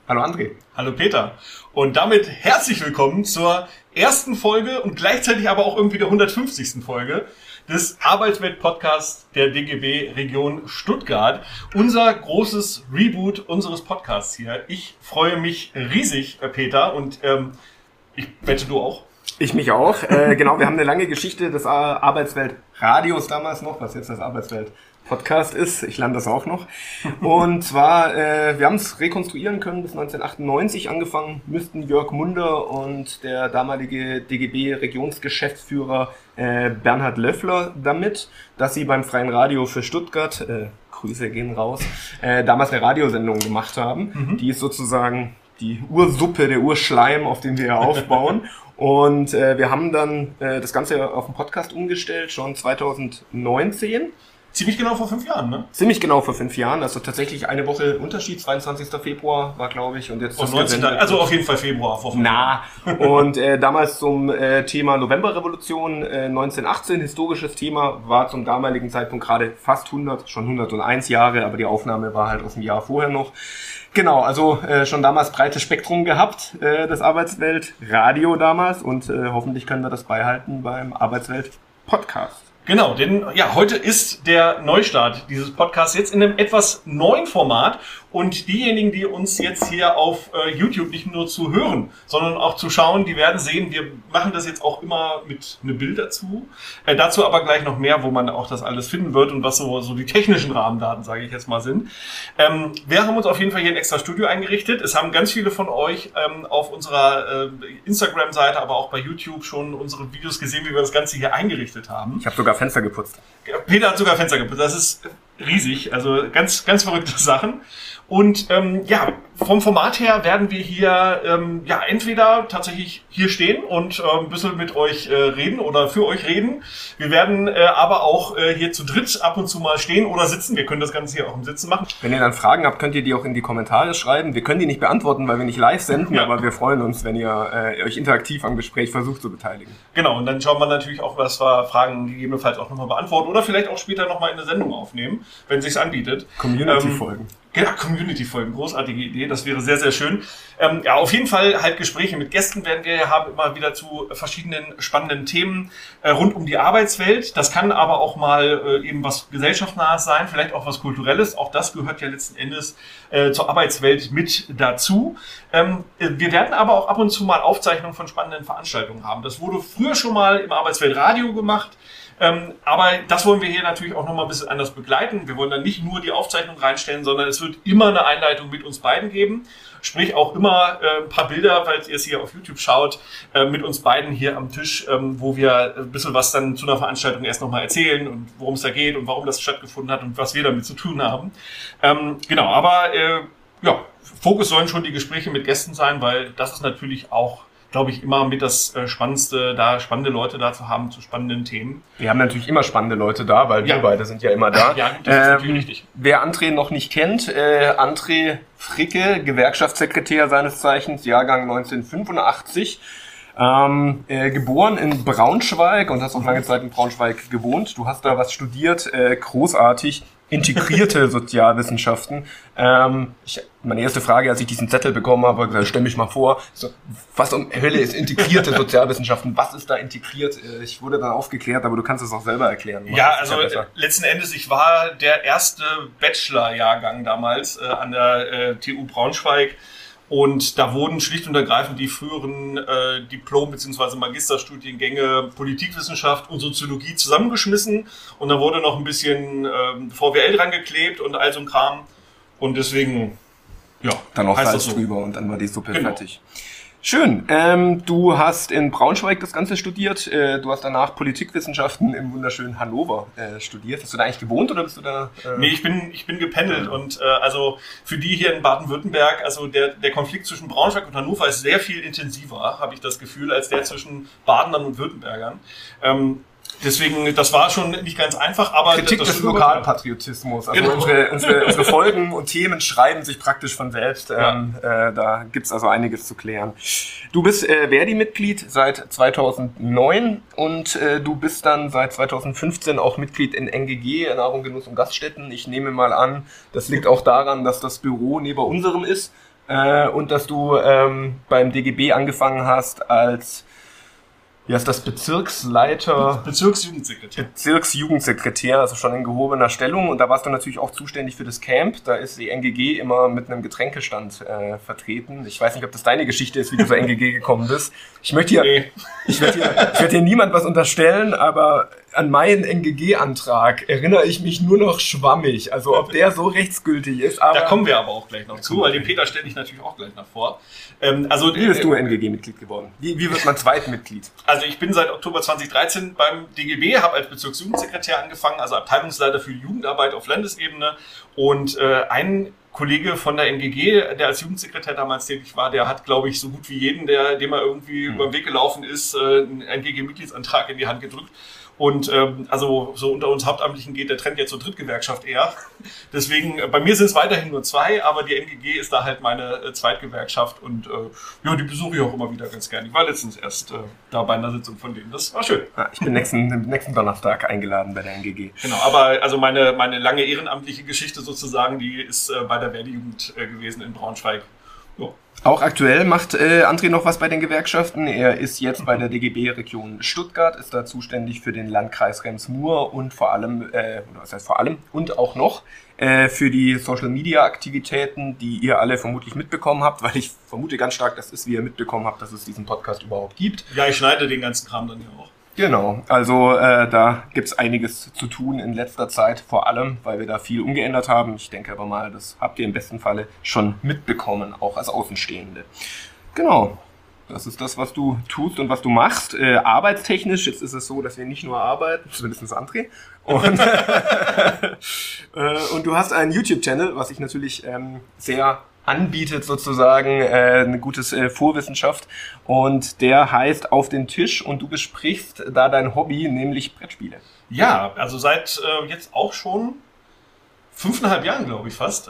Hallo André. Hallo Peter. Und damit herzlich willkommen zur ersten Folge und gleichzeitig aber auch irgendwie der 150. Folge des Arbeitswelt-Podcasts der DGB Region Stuttgart. Unser großes Reboot unseres Podcasts hier. Ich freue mich riesig, Peter, und ich wette, du auch. Ich mich auch. Genau, wir haben eine lange Geschichte des Arbeitswelt-Radios damals noch, was jetzt das Arbeitswelt-Podcast ist. Ich lerne das auch noch. Und zwar, wir haben es rekonstruieren können bis 1998. Angefangen müssten Jörg Munder und der damalige DGB-Regionsgeschäftsführer Bernhard Löffler damit, dass sie beim Freien Radio für Stuttgart, Grüße gehen raus, damals eine Radiosendung gemacht haben. Die ist sozusagen die Ursuppe, der Urschleim, auf den wir hier aufbauen. Und wir haben dann das Ganze auf den Podcast umgestellt, schon 2019. Ziemlich genau vor 5 Jahren, ne? Ziemlich genau vor 5 Jahren, also tatsächlich eine Woche Unterschied, 22. Februar war, glaube ich. Und jetzt und 19. Also auf jeden Fall Februar vor 5 Jahren. Und damals zum Thema Novemberrevolution 1918, historisches Thema, war zum damaligen Zeitpunkt gerade fast 100, schon 101 Jahre, aber die Aufnahme war halt aus dem Jahr vorher noch. Genau, also schon damals breites Spektrum gehabt, das Arbeitswelt-Radio damals, und hoffentlich können wir das beibehalten beim Arbeitswelt-Podcast. Genau, denn ja, heute ist der Neustart dieses Podcasts jetzt in einem etwas neuen Format, und diejenigen, die uns jetzt hier auf YouTube nicht nur zu hören, sondern auch zu schauen, die werden sehen, wir machen das jetzt auch immer mit einem Bild dazu. Dazu aber gleich noch mehr, wo man auch das alles finden wird und was so die technischen Rahmendaten, sage ich jetzt mal, sind. Wir haben uns auf jeden Fall hier ein extra Studio eingerichtet. Es haben ganz viele von euch auf unserer Instagram-Seite, aber auch bei YouTube schon unsere Videos gesehen, wie wir das Ganze hier eingerichtet haben. Ich habe sogar Fenster geputzt. Peter hat sogar Fenster geputzt. Das ist riesig, also ganz, ganz verrückte Sachen. Und ja, vom Format her werden wir hier ja entweder tatsächlich hier stehen und ein bisschen mit euch reden oder für euch reden. Wir werden aber auch hier zu dritt ab und zu mal stehen oder sitzen. Wir können das Ganze hier auch im Sitzen machen. Wenn ihr dann Fragen habt, könnt ihr die auch in die Kommentare schreiben. Wir können die nicht beantworten, weil wir nicht live senden, aber wir freuen uns, wenn ihr euch interaktiv am Gespräch versucht zu beteiligen. Genau, und dann schauen wir natürlich auch, was wir Fragen gegebenenfalls auch nochmal beantworten oder vielleicht auch später nochmal in eine Sendung aufnehmen, wenn es sich anbietet. Community-Folgen. Ja, Community-Folgen, großartige Idee, das wäre sehr, sehr schön. Ja, auf jeden Fall halt Gespräche mit Gästen werden wir haben, immer wieder zu verschiedenen spannenden Themen rund um die Arbeitswelt. Das kann aber auch mal eben was Gesellschaftsnahes sein, vielleicht auch was Kulturelles. Auch das gehört ja letzten Endes zur Arbeitswelt mit dazu. Wir werden aber auch ab und zu mal Aufzeichnungen von spannenden Veranstaltungen haben. Das wurde früher schon mal im Arbeitsweltradio gemacht. Aber das wollen wir hier natürlich auch nochmal ein bisschen anders begleiten. Wir wollen dann nicht nur die Aufzeichnung reinstellen, sondern es wird immer eine Einleitung mit uns beiden geben. Sprich auch immer ein paar Bilder, falls ihr es hier auf YouTube schaut, mit uns beiden hier am Tisch, wo wir ein bisschen was dann zu einer Veranstaltung erst nochmal erzählen und worum es da geht und warum das stattgefunden hat und was wir damit zu tun haben. Genau, aber ja, Fokus sollen schon die Gespräche mit Gästen sein, weil das ist natürlich auch, glaube ich, immer mit das Spannendste, da spannende Leute da zu haben zu spannenden Themen. Wir haben natürlich immer spannende Leute da, weil wir beide sind ja immer da. Ja, das ist natürlich richtig. Wer André noch nicht kennt, André Fricke, Gewerkschaftssekretär seines Zeichens, Jahrgang 1985, geboren in Braunschweig und hast auch lange Zeit in Braunschweig gewohnt. Du hast da was studiert, großartig. Integrierte Sozialwissenschaften. Meine erste Frage, als ich diesen Zettel bekommen habe, war gesagt, stell mich mal vor, so, was um Hölle ist integrierte Sozialwissenschaften? Was ist da integriert? Ich wurde dann aufgeklärt, aber du kannst es auch selber erklären. Ja, also letzten Endes, ich war der erste Bachelor-Jahrgang damals an der TU Braunschweig. Und da wurden schlicht und ergreifend die früheren Diplom- bzw. Magisterstudiengänge Politikwissenschaft und Soziologie zusammengeschmissen. Und dann wurde noch ein bisschen VWL dran geklebt und all so ein Kram. Und deswegen, ja, dann noch Salz drüber und dann war die Suppe fertig. Schön. Du hast in Braunschweig das Ganze studiert. Du hast danach Politikwissenschaften im wunderschönen Hannover studiert. Hast du da eigentlich gewohnt oder bist du da? Nee, ich bin gependelt und also für die hier in Baden-Württemberg, also der Konflikt zwischen Braunschweig und Hannover ist sehr viel intensiver, habe ich das Gefühl, als der zwischen Badenern und Württembergern. Deswegen, das war schon nicht ganz einfach, aber Kritik des Lokalpatriotismus. Also genau. unsere Folgen und Themen schreiben sich praktisch von selbst. Da gibt's also einiges zu klären. Du bist Verdi-Mitglied seit 2009 und du bist dann seit 2015 auch Mitglied in NGG, Nahrung, Genuss und Gaststätten. Ich nehme mal an, das liegt auch daran, dass das Büro neben unserem ist. und dass du beim DGB angefangen hast als, wie heißt das, Bezirksjugendsekretär, also schon in gehobener Stellung. Und da warst du natürlich auch zuständig für das Camp. Da ist die NGG immer mit einem Getränkestand vertreten. Ich weiß nicht, ob das deine Geschichte ist, wie du zur NGG gekommen bist. Ich werde hier niemand was unterstellen, aber an meinen NGG-Antrag erinnere ich mich nur noch schwammig. Also ob der so rechtsgültig ist. Aber da kommen wir aber auch gleich noch zu, weil den Peter stelle ich natürlich auch gleich noch vor. Wie bist du NGG-Mitglied geworden? Wie wird man Zweitmitglied? Also ich bin seit Oktober 2013 beim DGB, habe als Bezirksjugendsekretär angefangen, also Abteilungsleiter für Jugendarbeit auf Landesebene. Und ein Kollege von der NGG, der als Jugendsekretär damals tätig war, der hat, glaube ich, so gut wie jeden, dem er irgendwie über den Weg gelaufen ist, einen NGG-Mitgliedsantrag in die Hand gedrückt. Und also so unter uns Hauptamtlichen geht der Trend jetzt zur Drittgewerkschaft eher. Deswegen, bei mir sind es weiterhin nur 2, aber die NGG ist da halt meine Zweitgewerkschaft und die besuche ich auch immer wieder ganz gerne. Ich war letztens erst da bei einer Sitzung von denen. Das war schön. Ja, ich bin nächsten Donnerstag eingeladen bei der NGG. Genau, aber also meine lange ehrenamtliche Geschichte sozusagen, die ist bei der Verdi-Jugend gewesen in Braunschweig. Jo. Auch aktuell macht André noch was bei den Gewerkschaften. Er ist jetzt bei der DGB-Region Stuttgart, ist da zuständig für den Landkreis Rems-Murr und vor allem und auch noch für die Social-Media-Aktivitäten, die ihr alle vermutlich mitbekommen habt, weil ich vermute ganz stark, dass wie ihr mitbekommen habt, dass es diesen Podcast überhaupt gibt. Ja, ich schneide den ganzen Kram dann ja auch. Genau, also da gibt's einiges zu tun in letzter Zeit, vor allem, weil wir da viel umgeändert haben. Ich denke aber mal, das habt ihr im besten Falle schon mitbekommen, auch als Außenstehende. Genau, das ist das, was du tust und was du machst. Arbeitstechnisch, jetzt ist es so, dass wir nicht nur arbeiten, zumindest André. Und, und du hast einen YouTube-Channel, was ich natürlich sehr anbietet sozusagen eine gutes Vorwissenschaft und der heißt Auf den Tisch und du besprichst da dein Hobby, nämlich Brettspiele. Ja, also seit jetzt auch schon 5,5 Jahren, glaube ich fast.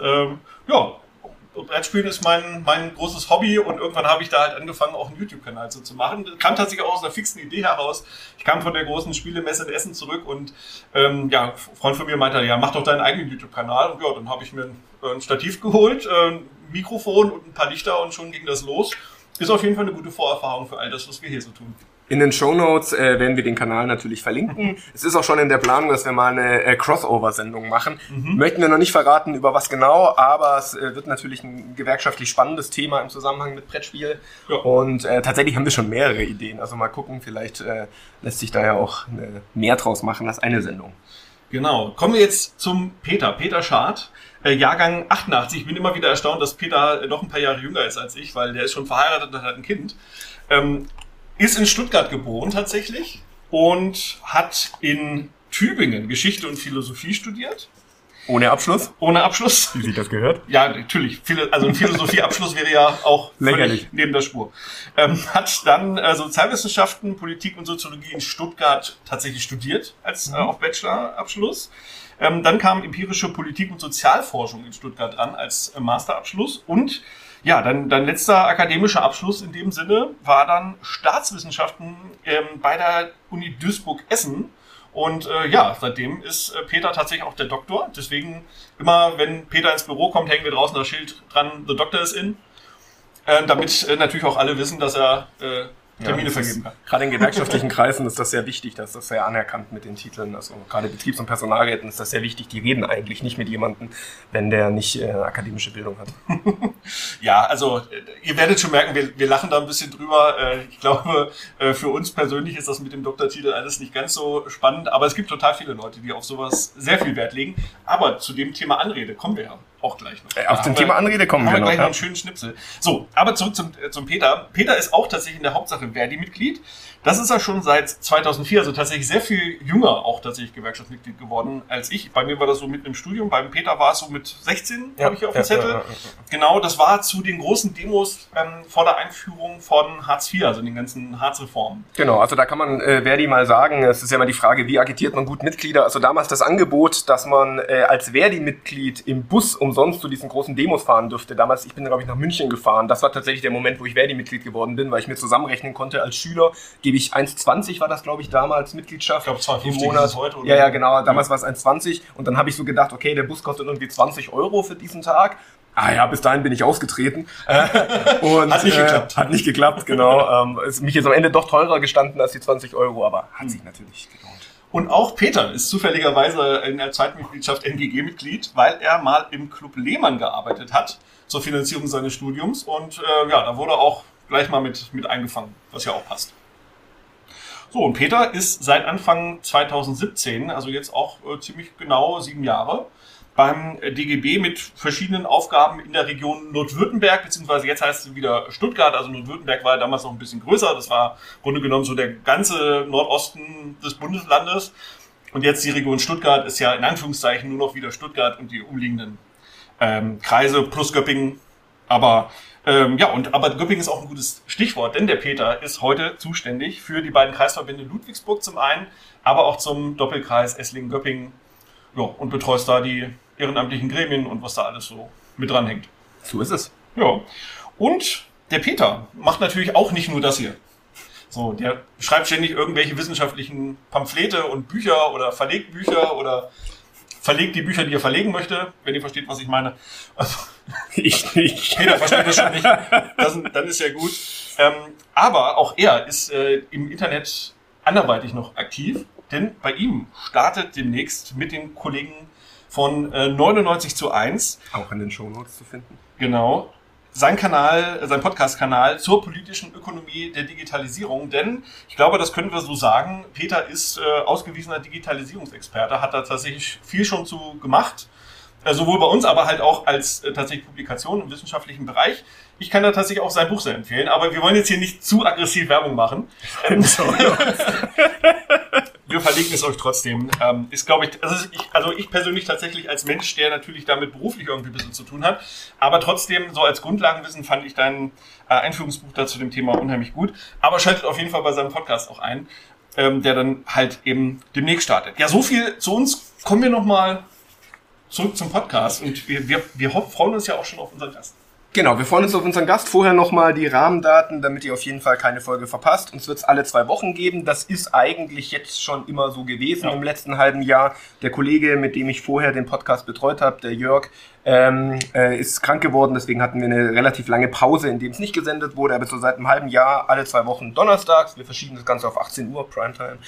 Brettspielen ist mein großes Hobby und irgendwann habe ich da halt angefangen, auch einen YouTube-Kanal so zu machen. Das kam tatsächlich auch aus einer fixen Idee heraus. Ich kam von der großen Spielemesse in Essen zurück und ein Freund von mir meinte, ja, mach doch deinen eigenen YouTube-Kanal. Und ja, dann habe ich mir ein Stativ geholt, ein Mikrofon und ein paar Lichter und schon ging das los. Ist auf jeden Fall eine gute Vorerfahrung für all das, was wir hier so tun. In den Shownotes werden wir den Kanal natürlich verlinken. Es ist auch schon in der Planung, dass wir mal eine Crossover-Sendung machen. Möchten wir noch nicht verraten, über was genau, aber es wird natürlich ein gewerkschaftlich spannendes Thema im Zusammenhang mit Brettspiel. Ja. Und tatsächlich haben wir schon mehrere Ideen. Also mal gucken, vielleicht lässt sich da ja auch mehr draus machen als eine Sendung. Genau. Kommen wir jetzt zum Peter Schad. Jahrgang 88. Ich bin immer wieder erstaunt, dass Peter noch ein paar Jahre jünger ist als ich, weil der ist schon verheiratet und hat ein Kind. Ist in Stuttgart geboren tatsächlich und hat in Tübingen Geschichte und Philosophie studiert. Ohne Abschluss? Ohne Abschluss. Wie sich das gehört? Ja, natürlich. Also ein Philosophieabschluss wäre ja auch lächerlich neben der Spur. Hat dann Sozialwissenschaften, Politik und Soziologie in Stuttgart tatsächlich studiert als auf Bachelorabschluss. Dann kam empirische Politik und Sozialforschung in Stuttgart dran als Masterabschluss und ja, dann letzter akademischer Abschluss in dem Sinne war dann Staatswissenschaften bei der Uni Duisburg-Essen. Und seitdem ist Peter tatsächlich auch der Doktor. Deswegen immer, wenn Peter ins Büro kommt, hängen wir draußen das Schild dran, The Doctor is in. Damit natürlich auch alle wissen, dass er Termine vergeben kann. Gerade in gewerkschaftlichen Kreisen ist das sehr wichtig, dass das sehr anerkannt mit den Titeln. Also gerade Betriebs- und Personalräten ist das sehr wichtig. Die reden eigentlich nicht mit jemandem, wenn der nicht akademische Bildung hat. Ja, also ihr werdet schon merken, wir lachen da ein bisschen drüber. Ich glaube, für uns persönlich ist das mit dem Doktortitel alles nicht ganz so spannend, aber es gibt total viele Leute, die auf sowas sehr viel Wert legen. Aber zu dem Thema Anrede kommen wir ja auch gleich noch. Auf dem Thema Anrede kommen wir noch. Gleich noch einen schönen Schnipsel. So, aber zurück zum Peter. Peter ist auch tatsächlich in der Hauptsache Verdi-Mitglied. Das ist er schon seit 2004, also tatsächlich sehr viel jünger auch tatsächlich Gewerkschaftsmitglied geworden als ich. Bei mir war das so mitten im Studium, beim Peter war es so mit 16, habe ich hier auf dem Zettel. Ja. Genau, das war zu den großen Demos vor der Einführung von Hartz IV, also den ganzen Hartz-Reformen. Genau, also da kann man Verdi mal sagen, es ist ja immer die Frage, wie agitiert man gut Mitglieder? Also damals das Angebot, dass man als Verdi-Mitglied im Bus umsonst zu diesen großen Demos fahren durfte. Damals, ich bin glaube ich nach München gefahren. Das war tatsächlich der Moment, wo ich Verdi-Mitglied geworden bin, weil ich mir zusammenrechnen konnte als Schüler, gebe ich 1,20 war das, glaube ich, damals Mitgliedschaft. Ich glaube, 2,50 im Monat. Ist es heute. Oder? Ja, genau. Damals war es 1,20 und dann habe ich so gedacht, okay, der Bus kostet irgendwie 20 € für diesen Tag. Bis dahin bin ich ausgetreten. Und, hat nicht geklappt. Hat nicht geklappt, genau. Ist mich jetzt am Ende doch teurer gestanden als die 20 Euro, aber hat sich natürlich gelohnt. Und auch Peter ist zufälligerweise in der Zweitmitgliedschaft NGG-Mitglied, weil er mal im Club Lehmann gearbeitet hat zur Finanzierung seines Studiums. Und da wurde auch gleich mal mit eingefangen, was ja auch passt. So, und Peter ist seit Anfang 2017, also jetzt auch ziemlich genau 7 Jahre, beim DGB mit verschiedenen Aufgaben in der Region Nordwürttemberg, beziehungsweise jetzt heißt es wieder Stuttgart. Also Nordwürttemberg war damals noch ein bisschen größer. Das war im Grunde genommen so der ganze Nordosten des Bundeslandes. Und jetzt die Region Stuttgart ist ja in Anführungszeichen nur noch wieder Stuttgart und die umliegenden Kreise plus Göppingen. Aber Göppingen ist auch ein gutes Stichwort, denn der Peter ist heute zuständig für die beiden Kreisverbände Ludwigsburg zum einen, aber auch zum Doppelkreis Esslingen-Göppingen. Ja, und betreust da die ehrenamtlichen Gremien und was da alles so mit dranhängt. So ist es. Ja. Und der Peter macht natürlich auch nicht nur das hier. So, der schreibt ständig irgendwelche wissenschaftlichen Pamphlete und Bücher oder verlegt Bücher oder verlegt die Bücher, die er verlegen möchte, wenn ihr versteht, was ich meine. Also, ich nicht. Peter versteht das schon nicht. Dann ist ja gut. Aber auch er ist im Internet anderweitig noch aktiv. Denn bei ihm startet demnächst mit den Kollegen von 99:1. Auch in den Shownotes zu finden. Genau. Sein Podcast-Kanal zur politischen Ökonomie der Digitalisierung. Denn ich glaube, das können wir so sagen, Peter ist ausgewiesener Digitalisierungsexperte, hat da tatsächlich viel schon zu gemacht. Sowohl bei uns, aber halt auch als tatsächlich Publikation im wissenschaftlichen Bereich. Ich kann da tatsächlich auch sein Buch sehr empfehlen, aber wir wollen jetzt hier nicht zu aggressiv Werbung machen. Wir verlinken es euch trotzdem. Ist, glaube ich, also ich persönlich tatsächlich als Mensch, der natürlich damit beruflich irgendwie ein bisschen zu tun hat, aber trotzdem so als Grundlagenwissen fand ich dein Einführungsbuch da zu dem Thema unheimlich gut. Aber schaltet auf jeden Fall bei seinem Podcast auch ein, der dann halt eben demnächst startet. Ja, so viel zu uns. Kommen wir nochmal zurück zum Podcast und wir freuen uns ja auch schon auf unseren Gast. Genau, wir freuen uns auf unseren Gast. Vorher nochmal die Rahmendaten, damit ihr auf jeden Fall keine Folge verpasst. Uns wird es alle 2 Wochen geben. Das ist eigentlich jetzt schon immer so gewesen im letzten halben Jahr. Der Kollege, mit dem ich vorher den Podcast betreut habe, der Jörg, ist krank geworden. Deswegen hatten wir eine relativ lange Pause, in dem es nicht gesendet wurde. Aber so seit einem halben Jahr alle 2 Wochen donnerstags. Wir verschieben das Ganze auf 18 Uhr, Primetime.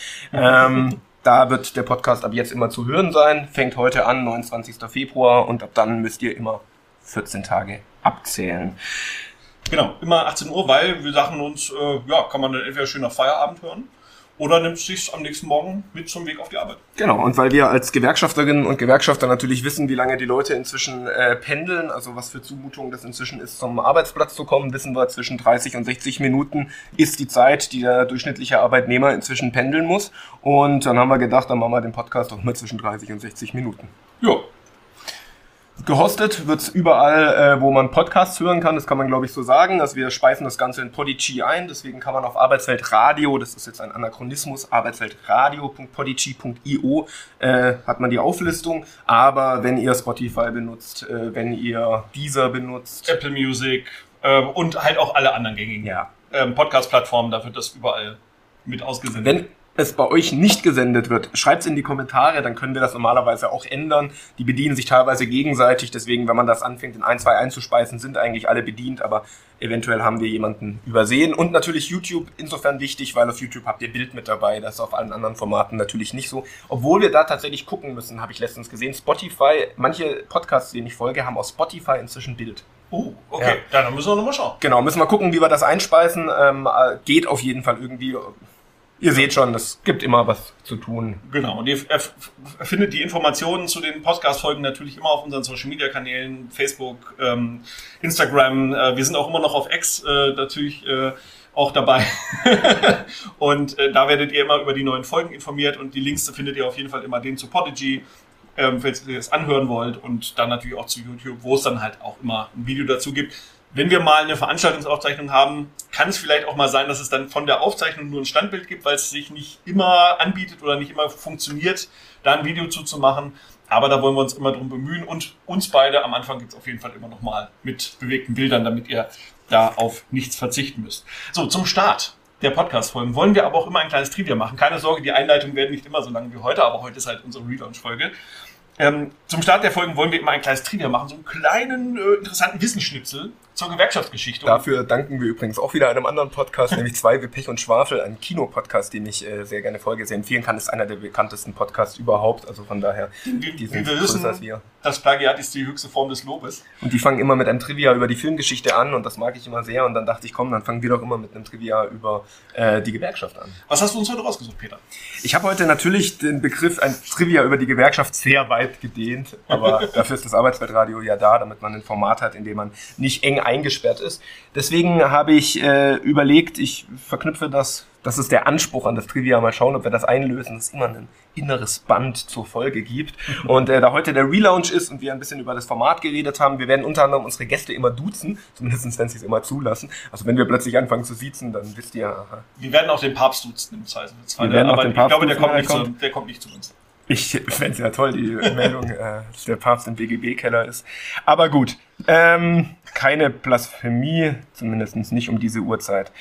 Da wird der Podcast ab jetzt immer zu hören sein. Fängt heute an, 29. Februar. Und ab dann müsst ihr immer 14 Tage abzählen. Genau, immer 18 Uhr, weil wir sagen uns, kann man dann entweder schön nach Feierabend hören oder nimmt es sich am nächsten Morgen mit zum Weg auf die Arbeit. Genau, und weil wir als Gewerkschafterinnen und Gewerkschafter natürlich wissen, wie lange die Leute inzwischen pendeln, also was für Zumutung das inzwischen ist, zum Arbeitsplatz zu kommen, wissen wir, zwischen 30 und 60 Minuten ist die Zeit, die der durchschnittliche Arbeitnehmer inzwischen pendeln muss. Und dann haben wir gedacht, dann machen wir den Podcast auch mal zwischen 30 und 60 Minuten. Ja. Gehostet wird's überall, wo man Podcasts hören kann, das kann man glaube ich so sagen. Also wir speisen das Ganze in Podigy ein, deswegen kann man auf Arbeitsweltradio, das ist jetzt ein Anachronismus, arbeitsweltradio.podigy.io hat man die Auflistung. Aber wenn ihr Spotify benutzt, wenn ihr Deezer benutzt, Apple Music und halt auch alle anderen gängigen Podcast-Plattformen, da wird das überall mit ausgesendet. Wenn es bei euch nicht gesendet wird, schreibt es in die Kommentare, dann können wir das normalerweise auch ändern. Die bedienen sich teilweise gegenseitig, deswegen, wenn man das anfängt, in 1, 2 einzuspeisen, sind eigentlich alle bedient, aber eventuell haben wir jemanden übersehen. Und natürlich YouTube, insofern wichtig, weil auf YouTube habt ihr Bild mit dabei, das ist auf allen anderen Formaten natürlich nicht so. Obwohl wir da tatsächlich gucken müssen, habe ich letztens gesehen, Spotify, manche Podcasts, denen ich folge, haben auf Spotify inzwischen Bild. Oh, okay, ja, dann müssen wir nochmal schauen. Genau, müssen wir gucken, wie wir das einspeisen. Geht auf jeden Fall irgendwie. Ihr seht schon, es gibt immer was zu tun. Genau, und ihr findet die Informationen zu den Podcast-Folgen natürlich immer auf unseren Social-Media-Kanälen, Facebook, Instagram. Wir sind auch immer noch auf X natürlich auch dabei. Und da werdet ihr immer über die neuen Folgen informiert und die Links findet ihr auf jeden Fall immer den zu Podigy, falls ihr das anhören wollt, und dann natürlich auch zu YouTube, wo es dann halt auch immer ein Video dazu gibt. Wenn wir mal eine Veranstaltungsaufzeichnung haben, kann es vielleicht auch mal sein, dass es dann von der Aufzeichnung nur ein Standbild gibt, weil es sich nicht immer anbietet oder nicht immer funktioniert, da ein Video zuzumachen. Aber da wollen wir uns immer drum bemühen, und uns beide am Anfang gibt es auf jeden Fall immer noch mal mit bewegten Bildern, damit ihr da auf nichts verzichten müsst. So, zum Start der Podcast-Folgen wollen wir aber auch immer ein kleines Trivia machen. Keine Sorge, die Einleitungen werden nicht immer so lang wie heute, aber heute ist halt unsere Relaunch-Folge. Zum Start der Folgen wollen wir immer ein kleines Trivia machen, so einen kleinen, interessanten Wissensschnipsel zur Gewerkschaftsgeschichte. Dafür danken wir übrigens auch wieder einem anderen Podcast, nämlich 2 wie Pech und Schwafel, ein Kinopodcast, den ich sehr gerne folge, sehr empfehlen kann. Ist einer der bekanntesten Podcasts überhaupt, also von daher, die sind größer als wir. Das Plagiat ist die höchste Form des Lobes. Und die fangen immer mit einem Trivia über die Filmgeschichte an und das mag ich immer sehr. Und dann dachte ich, komm, dann fangen wir doch immer mit einem Trivia über die Gewerkschaft an. Was hast du uns heute rausgesucht, Peter? Ich habe heute natürlich den Begriff ein Trivia über die Gewerkschaft sehr weit gedehnt, aber dafür ist das Arbeitsweltradio ja da, damit man ein Format hat, in dem man nicht eng eingesperrt ist. Deswegen habe ich überlegt, ich verknüpfe das ist der Anspruch an das Trivia, mal schauen, ob wir das einlösen, dass es immer ein inneres Band zur Folge gibt. Und da heute der Relaunch ist und wir ein bisschen über das Format geredet haben, wir werden unter anderem unsere Gäste immer duzen, zumindest wenn sie es immer zulassen. Also wenn wir plötzlich anfangen zu siezen, dann wisst ihr, aha. Wir werden auch den Papst duzen im Zweifelsfall. Wir werden auch den Papst duzen, der kommt nicht zu uns. Ich fände es ja toll, die Meldung, dass der Papst im BGB-Keller ist. Aber gut, keine Blasphemie, zumindest nicht um diese Uhrzeit.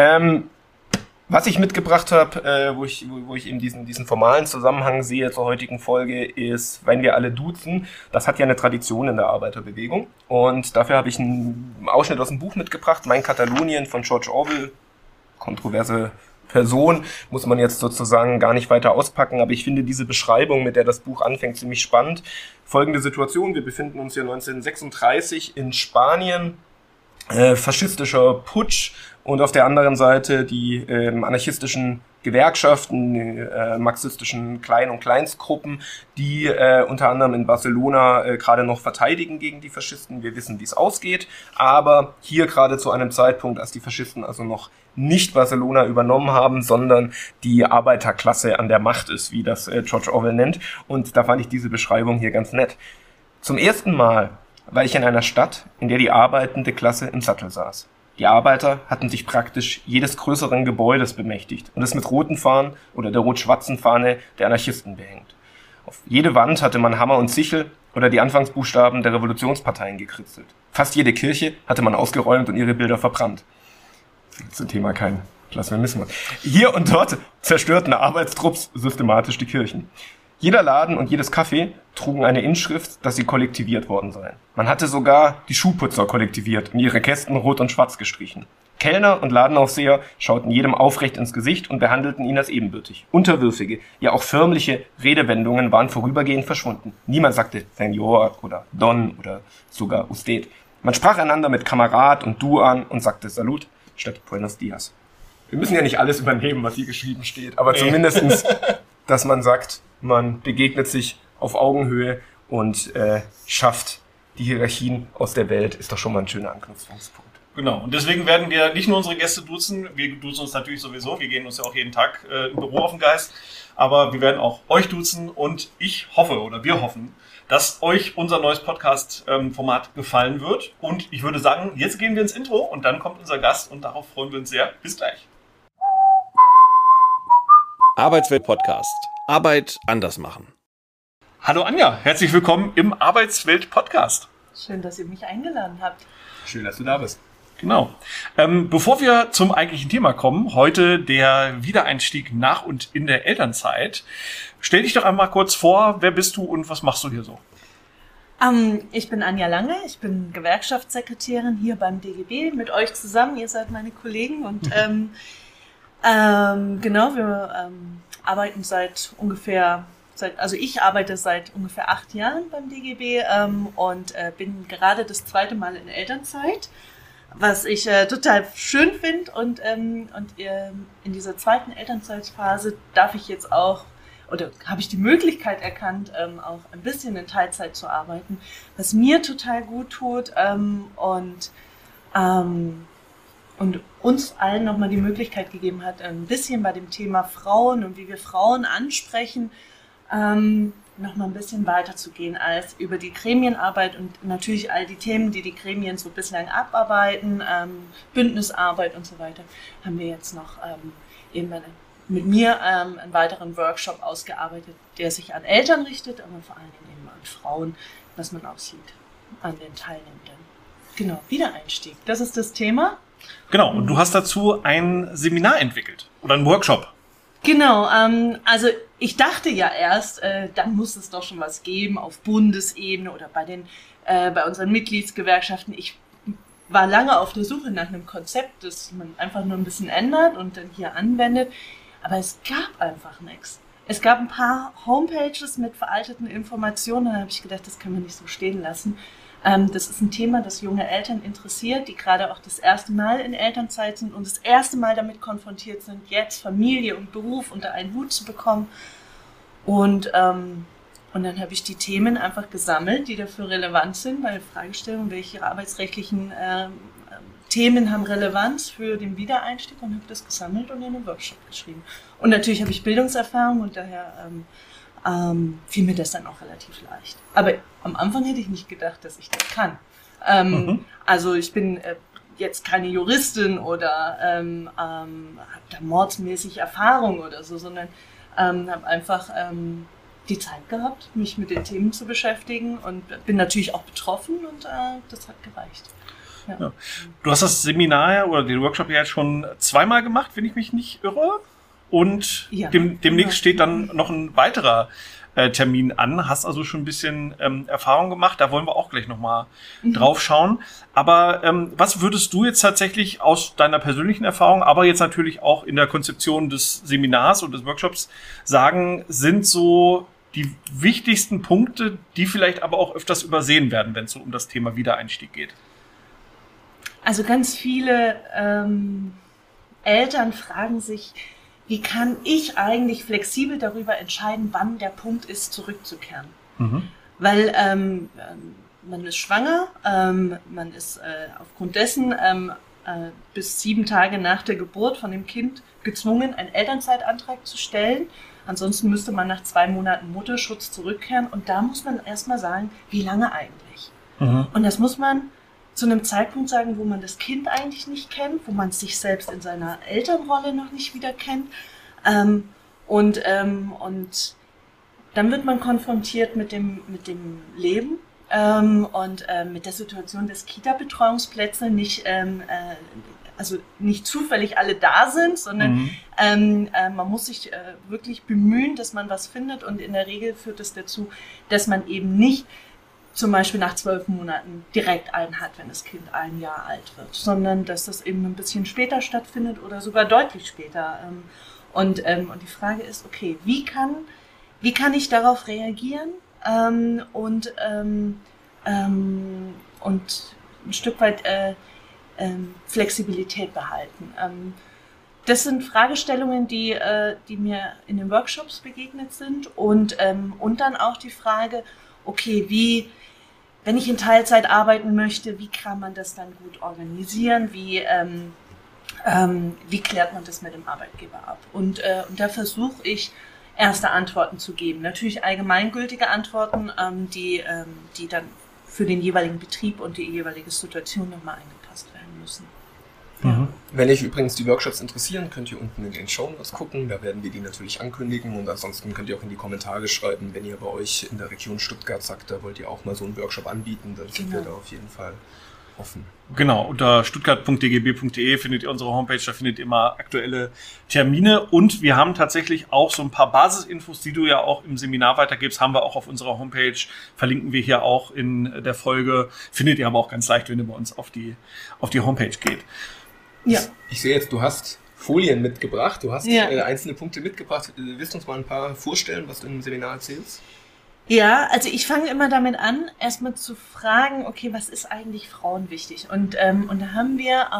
Was ich mitgebracht habe, wo ich eben diesen formalen Zusammenhang sehe zur heutigen Folge, ist, wenn wir alle duzen, das hat ja eine Tradition in der Arbeiterbewegung. Und dafür habe ich einen Ausschnitt aus dem Buch mitgebracht, Mein Katalonien von George Orwell, kontroverse Person, muss man jetzt sozusagen gar nicht weiter auspacken, aber ich finde diese Beschreibung, mit der das Buch anfängt, ziemlich spannend. Folgende Situation, wir befinden uns hier 1936 in Spanien, faschistischer Putsch und auf der anderen Seite die anarchistischen Gewerkschaften, marxistischen Klein- und Kleinstgruppen, die unter anderem in Barcelona gerade noch verteidigen gegen die Faschisten. Wir wissen, wie es ausgeht, aber hier gerade zu einem Zeitpunkt, als die Faschisten also noch nicht Barcelona übernommen haben, sondern die Arbeiterklasse an der Macht ist, wie das George Orwell nennt. Und da fand ich diese Beschreibung hier ganz nett. Zum ersten Mal war ich in einer Stadt, in der die arbeitende Klasse im Sattel saß. Die Arbeiter hatten sich praktisch jedes größeren Gebäudes bemächtigt und es mit roten Fahnen oder der rot-schwarzen Fahne der Anarchisten behängt. Auf jede Wand hatte man Hammer und Sichel oder die Anfangsbuchstaben der Revolutionsparteien gekritzelt. Fast jede Kirche hatte man ausgeräumt und ihre Bilder verbrannt. Zum Thema kein Blasphemie. Hier und dort zerstörten Arbeitstrupps systematisch die Kirchen. Jeder Laden und jedes Café trugen eine Inschrift, dass sie kollektiviert worden seien. Man hatte sogar die Schuhputzer kollektiviert und ihre Kästen rot und schwarz gestrichen. Kellner und Ladenaufseher schauten jedem aufrecht ins Gesicht und behandelten ihn als ebenbürtig. Unterwürfige, ja auch förmliche Redewendungen waren vorübergehend verschwunden. Niemand sagte Señor oder Don oder sogar Usted. Man sprach einander mit Kamerad und Du an und sagte Salut statt Buenos Dias. Wir müssen ja nicht alles übernehmen, was hier geschrieben steht, aber zumindestens, dass man sagt, man begegnet sich auf Augenhöhe und schafft die Hierarchien aus der Welt, ist doch schon mal ein schöner Anknüpfungspunkt. Genau, und deswegen werden wir nicht nur unsere Gäste duzen, wir duzen uns natürlich sowieso, wir gehen uns ja auch jeden Tag im Büro auf den Geist, aber wir werden auch euch duzen und ich hoffe oder wir hoffen, dass euch unser neues Podcast-Format gefallen wird. Und ich würde sagen, jetzt gehen wir ins Intro und dann kommt unser Gast und darauf freuen wir uns sehr. Bis gleich. Arbeitswelt Podcast. Arbeit anders machen. Hallo Anja, herzlich willkommen im Arbeitswelt Podcast. Schön, dass ihr mich eingeladen habt. Schön, dass du da bist. Genau. Bevor wir zum eigentlichen Thema kommen, heute der Wiedereinstieg nach und in der Elternzeit. Stell dich doch einmal kurz vor, wer bist du und was machst du hier so? Ich bin Anja Lange, ich bin Gewerkschaftssekretärin hier beim DGB mit euch zusammen. Ihr seid meine Kollegen und genau, wir arbeiten ich arbeite seit ungefähr 8 Jahren beim DGB und bin gerade das 2. Mal in Elternzeit, was ich total schön finde und in dieser 2. Elternzeitphase darf ich jetzt auch oder habe ich die Möglichkeit erkannt, auch ein bisschen in Teilzeit zu arbeiten, was mir total gut tut und uns allen nochmal die Möglichkeit gegeben hat, ein bisschen bei dem Thema Frauen und wie wir Frauen ansprechen, nochmal ein bisschen weiter zu gehen als über die Gremienarbeit und natürlich all die Themen, die Gremien so bislang abarbeiten, Bündnisarbeit und so weiter, haben wir jetzt noch eben mit mir einen weiteren Workshop ausgearbeitet, der sich an Eltern richtet, aber vor allen Dingen eben an Frauen, was man auch sieht an den Teilnehmenden. Genau, Wiedereinstieg, das ist das Thema. Genau, und du hast dazu ein Seminar entwickelt oder einen Workshop. Genau, also ich dachte ja erst, dann muss es doch schon was geben auf Bundesebene oder bei unseren Mitgliedsgewerkschaften. Ich war lange auf der Suche nach einem Konzept, das man einfach nur ein bisschen ändert und dann hier anwendet, aber es gab einfach nichts. Es gab ein paar Homepages mit veralteten Informationen, da habe ich gedacht, das können wir nicht so stehen lassen. Das ist ein Thema, das junge Eltern interessiert, die gerade auch das erste Mal in Elternzeit sind und das erste Mal damit konfrontiert sind, jetzt Familie und Beruf unter einen Hut zu bekommen. Und dann habe ich die Themen einfach gesammelt, die dafür relevant sind, bei der Fragestellung, welche arbeitsrechtlichen Themen haben Relevanz für den Wiedereinstieg, und habe das gesammelt und in einen Workshop geschrieben. Und natürlich habe ich Bildungserfahrung und daher fiel mir das dann auch relativ leicht. Aber am Anfang hätte ich nicht gedacht, dass ich das kann. Also ich bin jetzt keine Juristin oder habe da mordsmäßig Erfahrung oder so, sondern habe einfach die Zeit gehabt, mich mit den Themen zu beschäftigen und bin natürlich auch betroffen und das hat gereicht. Ja. Du hast das Seminar oder den Workshop ja jetzt schon 2-mal gemacht, wenn ich mich nicht irre. Und demnächst steht dann noch ein weiterer Termin an. Hast also schon ein bisschen Erfahrung gemacht. Da wollen wir auch gleich nochmal drauf schauen. Aber was würdest du jetzt tatsächlich aus deiner persönlichen Erfahrung, aber jetzt natürlich auch in der Konzeption des Seminars und des Workshops sagen, sind so die wichtigsten Punkte, die vielleicht aber auch öfters übersehen werden, wenn es so um das Thema Wiedereinstieg geht? Also ganz viele Eltern fragen sich, wie kann ich eigentlich flexibel darüber entscheiden, wann der Punkt ist, zurückzukehren? Weil man ist schwanger, man ist aufgrund dessen bis 7 Tage nach der Geburt von dem Kind gezwungen, einen Elternzeitantrag zu stellen. Ansonsten müsste man nach 2 Monaten Mutterschutz zurückkehren. Und da muss man erstmal sagen, wie lange eigentlich? Und das muss man zu einem Zeitpunkt sagen, wo man das Kind eigentlich nicht kennt, wo man sich selbst in seiner Elternrolle noch nicht wieder kennt. Und dann wird man konfrontiert mit dem Leben und mit der Situation, dass Kita-Betreuungsplätze nicht zufällig alle da sind, sondern man muss sich wirklich bemühen, dass man was findet, und in der Regel führt es dazu, dass man eben nicht zum Beispiel nach 12 Monaten direkt einen hat, wenn das Kind 1 Jahr alt wird, sondern dass das eben ein bisschen später stattfindet oder sogar deutlich später. Und die Frage ist, okay, wie kann ich darauf reagieren und ein Stück weit Flexibilität behalten? Das sind Fragestellungen, die mir in den Workshops begegnet sind, und dann auch die Frage, okay, wenn ich in Teilzeit arbeiten möchte, wie kann man das dann gut organisieren? Wie klärt man das mit dem Arbeitgeber ab? Und da versuche ich, erste Antworten zu geben. Natürlich allgemeingültige Antworten, die dann für den jeweiligen Betrieb und die jeweilige Situation nochmal angepasst werden müssen. Ja. Wenn euch übrigens die Workshops interessieren, könnt ihr unten in den Shownotes gucken, da werden wir die natürlich ankündigen, und ansonsten könnt ihr auch in die Kommentare schreiben, wenn ihr bei euch in der Region Stuttgart sagt, da wollt ihr auch mal so einen Workshop anbieten, dann sind wir da auf jeden Fall offen. Genau, unter stuttgart.dgb.de findet ihr unsere Homepage, da findet ihr immer aktuelle Termine, und wir haben tatsächlich auch so ein paar Basisinfos, die du ja auch im Seminar weitergibst, haben wir auch auf unserer Homepage, verlinken wir hier auch in der Folge, findet ihr aber auch ganz leicht, wenn ihr bei uns auf die Homepage geht. Ja. Ich sehe jetzt, du hast Folien mitgebracht, du hast einzelne Punkte mitgebracht. Willst du uns mal ein paar vorstellen, was du im Seminar erzählst? Ja, also ich fange immer damit an, erstmal zu fragen, okay, was ist eigentlich Frauen wichtig? Und da haben wir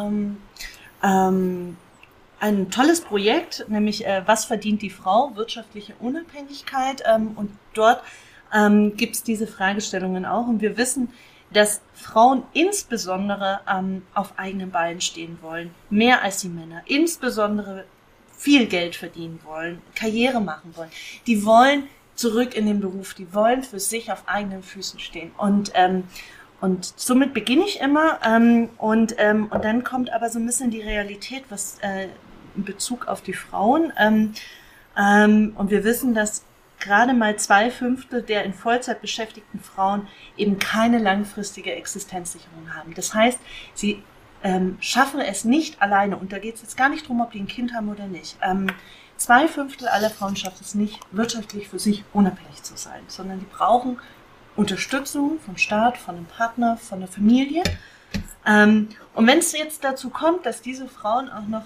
ein tolles Projekt, nämlich Was verdient die Frau? Wirtschaftliche Unabhängigkeit. Und dort gibt's diese Fragestellungen auch. Und wir wissen, dass Frauen insbesondere auf eigenen Beinen stehen wollen, mehr als die Männer, insbesondere viel Geld verdienen wollen, Karriere machen wollen. Die wollen zurück in den Beruf, die wollen für sich auf eigenen Füßen stehen. Und somit beginne ich immer und dann kommt aber so ein bisschen die Realität, was in Bezug auf die Frauen. Und wir wissen, dass gerade mal 2/5 der in Vollzeit beschäftigten Frauen eben keine langfristige Existenzsicherung haben. Das heißt, sie schaffen es nicht alleine, und da geht es jetzt gar nicht darum, ob die ein Kind haben oder nicht, 2/5 aller Frauen schafft es nicht, wirtschaftlich für sich unabhängig zu sein, sondern die brauchen Unterstützung vom Staat, von einem Partner, von der Familie. Und wenn es jetzt dazu kommt, dass diese Frauen auch noch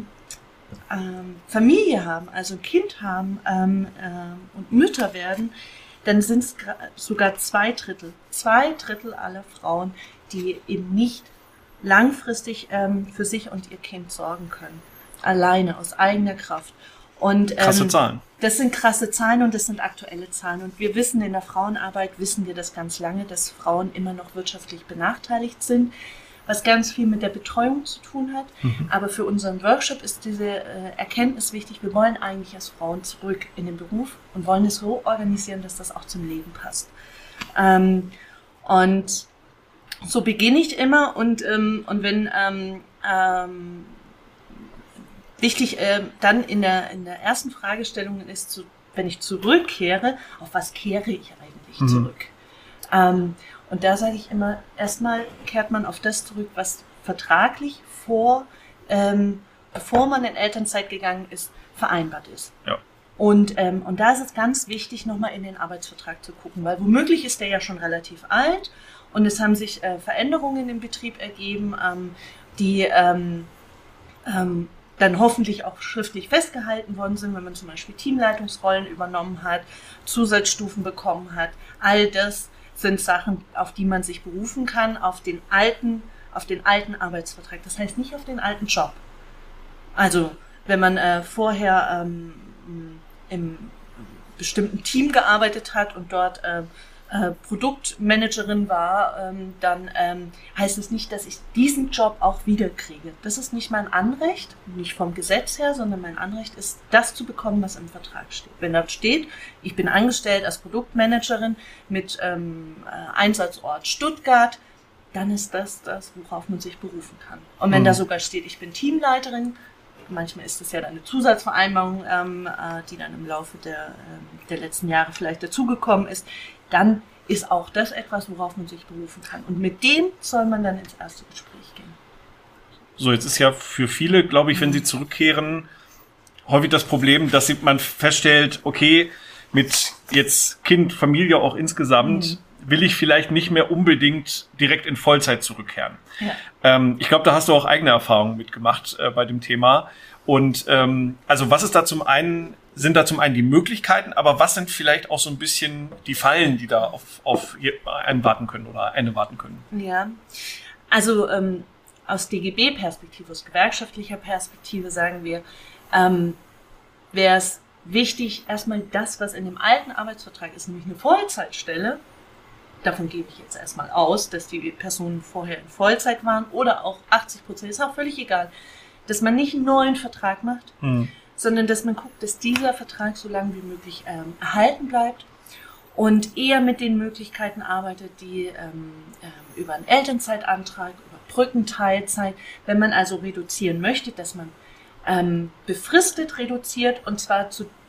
Familie haben, also ein Kind haben und Mütter werden, dann sind es sogar 2/3 aller Frauen, die eben nicht langfristig für sich und ihr Kind sorgen können. Alleine, aus eigener Kraft. Und, krasse Zahlen. Das sind krasse Zahlen und das sind aktuelle Zahlen. Und wir wissen in der Frauenarbeit, wissen wir das ganz lange, dass Frauen immer noch wirtschaftlich benachteiligt sind, was ganz viel mit der Betreuung zu tun hat. Aber für unseren Workshop ist diese Erkenntnis wichtig. Wir wollen eigentlich als Frauen zurück in den Beruf und wollen es so organisieren, dass das auch zum Leben passt. Und so beginne ich immer und wenn wichtig dann in der ersten Fragestellung ist, wenn ich zurückkehre, auf was kehre ich eigentlich zurück? Und da sage ich immer, erstmal kehrt man auf das zurück, was vertraglich bevor man in Elternzeit gegangen ist, vereinbart ist. Ja. Und da ist es ganz wichtig, nochmal in den Arbeitsvertrag zu gucken, weil womöglich ist der ja schon relativ alt und es haben sich Veränderungen im Betrieb ergeben, die dann hoffentlich auch schriftlich festgehalten worden sind, wenn man zum Beispiel Teamleitungsrollen übernommen hat, Zusatzstufen bekommen hat. All das sind Sachen, auf die man sich berufen kann, auf den alten Arbeitsvertrag. Das heißt nicht auf den alten Job. Also wenn man vorher im bestimmten Team gearbeitet hat und dort Produktmanagerin war, dann heißt es nicht, dass ich diesen Job auch wieder kriege. Das ist nicht mein Anrecht, nicht vom Gesetz her, sondern mein Anrecht ist, das zu bekommen, was im Vertrag steht. Wenn dort steht, ich bin angestellt als Produktmanagerin mit Einsatzort Stuttgart, dann ist das, worauf man sich berufen kann. Und wenn da sogar steht, ich bin Teamleiterin, manchmal ist das ja dann eine Zusatzvereinbarung, die dann im Laufe der letzten Jahre vielleicht dazugekommen ist, dann ist auch das etwas, worauf man sich berufen kann. Und mit dem soll man dann ins erste Gespräch gehen. So, jetzt ist ja für viele, glaube ich, wenn sie zurückkehren, häufig das Problem, dass man feststellt, okay, mit jetzt Kind, Familie auch insgesamt, will ich vielleicht nicht mehr unbedingt direkt in Vollzeit zurückkehren. Ja. Ich glaube, da hast du auch eigene Erfahrungen mitgemacht bei dem Thema. Und also was ist da sind da zum einen die Möglichkeiten, aber was sind vielleicht auch so ein bisschen die Fallen, die da auf einen warten können oder eine warten können? Ja, also aus DGB-Perspektive, aus gewerkschaftlicher Perspektive sagen wir, wäre es wichtig, erstmal das, was in dem alten Arbeitsvertrag ist, nämlich eine Vollzeitstelle, davon gebe ich jetzt erstmal aus, dass die Personen vorher in Vollzeit waren oder auch 80%, ist auch völlig egal, dass man nicht einen neuen Vertrag macht, sondern dass man guckt, dass dieser Vertrag so lange wie möglich erhalten bleibt und eher mit den Möglichkeiten arbeitet, die über einen Elternzeitantrag, über Brückenteilzeit, wenn man also reduzieren möchte, dass man befristet reduziert und zwar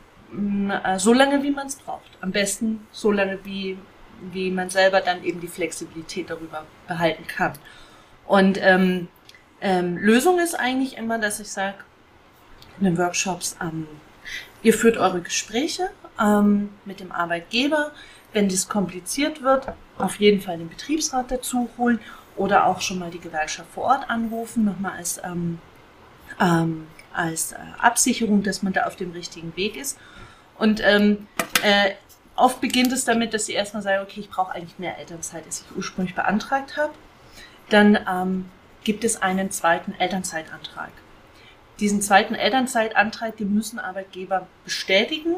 so lange, wie man es braucht. Am besten so lange, wie man selber dann eben die Flexibilität darüber behalten kann. Und Lösung ist eigentlich immer, dass ich sage, in den Workshops, ihr führt eure Gespräche mit dem Arbeitgeber. Wenn das kompliziert wird, auf jeden Fall den Betriebsrat dazu holen oder auch schon mal die Gewerkschaft vor Ort anrufen, nochmal als Absicherung, dass man da auf dem richtigen Weg ist. Und oft beginnt es damit, dass sie erstmal sagen, okay, ich brauche eigentlich mehr Elternzeit, als ich ursprünglich beantragt habe. Dann gibt es einen zweiten Elternzeitantrag. Diesen zweiten Elternzeitantrag, den müssen Arbeitgeber bestätigen.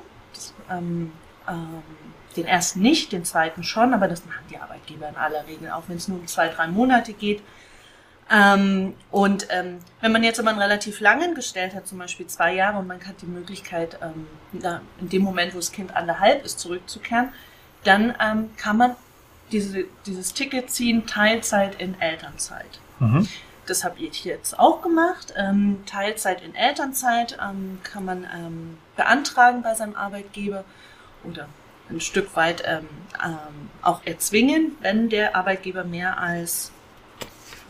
Den ersten nicht, den zweiten schon, aber das machen die Arbeitgeber in aller Regel, auch wenn es nur um 2-3 Monate geht. Wenn man jetzt aber einen relativ langen gestellt hat, zum Beispiel 2 Jahre, und man hat die Möglichkeit, in dem Moment, wo das Kind 1,5 ist, zurückzukehren, dann kann man dieses Ticket ziehen, Teilzeit in Elternzeit. Das habe ich jetzt auch gemacht. Teilzeit in Elternzeit kann man beantragen bei seinem Arbeitgeber oder ein Stück weit auch erzwingen, wenn der Arbeitgeber mehr als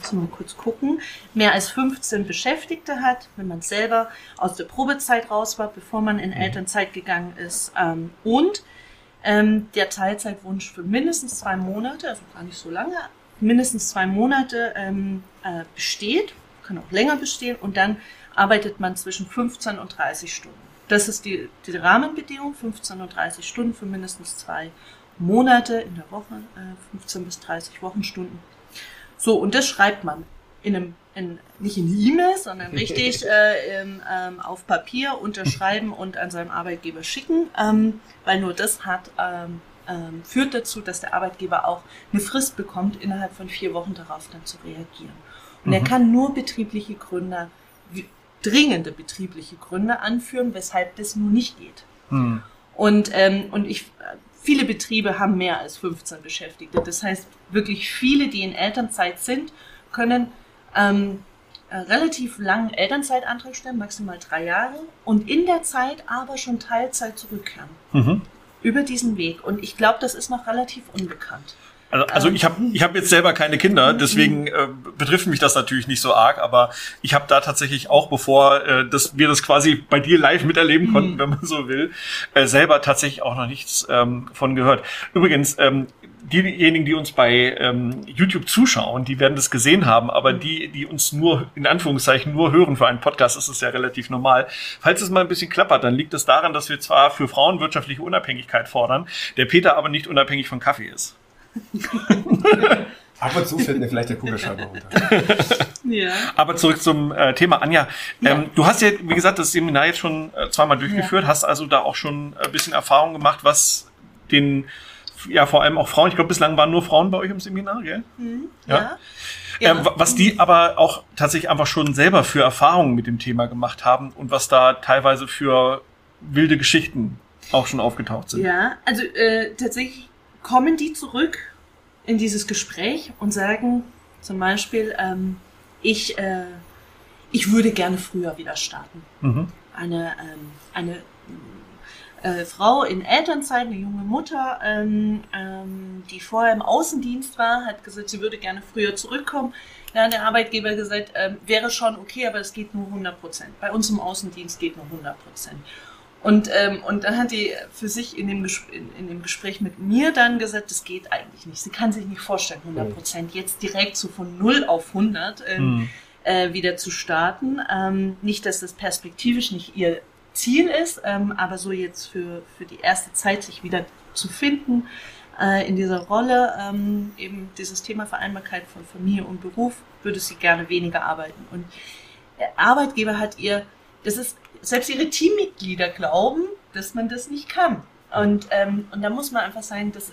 müssen wir mal kurz gucken, mehr als 15 Beschäftigte hat, wenn man selber aus der Probezeit raus war, bevor man in Elternzeit gegangen ist, und der Teilzeitwunsch für mindestens 2 Monate, also gar nicht so lange, mindestens 2 Monate besteht, kann auch länger bestehen, und dann arbeitet man zwischen 15 und 30 Stunden. Das ist die Rahmenbedingung, 15 und 30 Stunden für mindestens 2 Monate in der Woche, 15 bis 30 Wochenstunden. So, und das schreibt man nicht in E-Mail, sondern richtig auf Papier unterschreiben und an seinem Arbeitgeber schicken, weil nur das führt dazu, dass der Arbeitgeber auch eine Frist bekommt, innerhalb von 4 Wochen darauf dann zu reagieren. Und er kann nur dringende betriebliche Gründe anführen, weshalb das nun nicht geht. Und viele Betriebe haben mehr als 15 Beschäftigte. Das heißt, wirklich viele, die in Elternzeit sind, können relativ langen Elternzeitantrag stellen, maximal 3 Jahre, und in der Zeit aber schon Teilzeit zurückkehren. Über diesen Weg. Und ich glaube, das ist noch relativ unbekannt. Also ich hab jetzt selber keine Kinder, deswegen betrifft mich das natürlich nicht so arg, aber ich habe da tatsächlich auch, bevor wir das quasi bei dir live miterleben konnten, wenn man so will, selber tatsächlich auch noch nichts von gehört. Übrigens, diejenigen, die uns bei YouTube zuschauen, die werden das gesehen haben, aber die uns nur, in Anführungszeichen, nur hören für einen Podcast, ist es ja relativ normal. Falls es mal ein bisschen klappert, dann liegt es daran, dass wir zwar für Frauen wirtschaftliche Unabhängigkeit fordern, der Peter aber nicht unabhängig von Kaffee ist. Ab und zu fällt mir vielleicht der Kugelschreiber runter. Ja. Aber zurück zum Thema. Anja, du hast ja, wie gesagt, das Seminar jetzt schon 2-mal durchgeführt, hast also da auch schon ein bisschen Erfahrung gemacht, was vor allem auch Frauen, ich glaube, bislang waren nur Frauen bei euch im Seminar, gell? Ja. Was die aber auch tatsächlich einfach schon selber für Erfahrungen mit dem Thema gemacht haben und was da teilweise für wilde Geschichten auch schon aufgetaucht sind. Ja, also tatsächlich kommen die zurück in dieses Gespräch und sagen zum Beispiel, ich würde gerne früher wieder starten. Eine Frau in Elternzeit, eine junge Mutter, die vorher im Außendienst war, hat gesagt, sie würde gerne früher zurückkommen. Da hat der Arbeitgeber gesagt, wäre schon okay, aber es geht nur 100%. Bei uns im Außendienst geht nur 100%. Und dann hat die für sich in dem Gespräch mit mir dann gesagt, das geht eigentlich nicht. Sie kann sich nicht vorstellen, 100% jetzt direkt so von 0 auf 100 wieder zu starten. Nicht, dass das perspektivisch nicht ihr Ziel ist, aber so jetzt für die erste Zeit sich wieder zu finden in dieser Rolle, eben dieses Thema Vereinbarkeit von Familie und Beruf, würde sie gerne weniger arbeiten. Und der Arbeitgeber hat selbst ihre Teammitglieder glauben, dass man das nicht kann. Und da muss man einfach sagen, das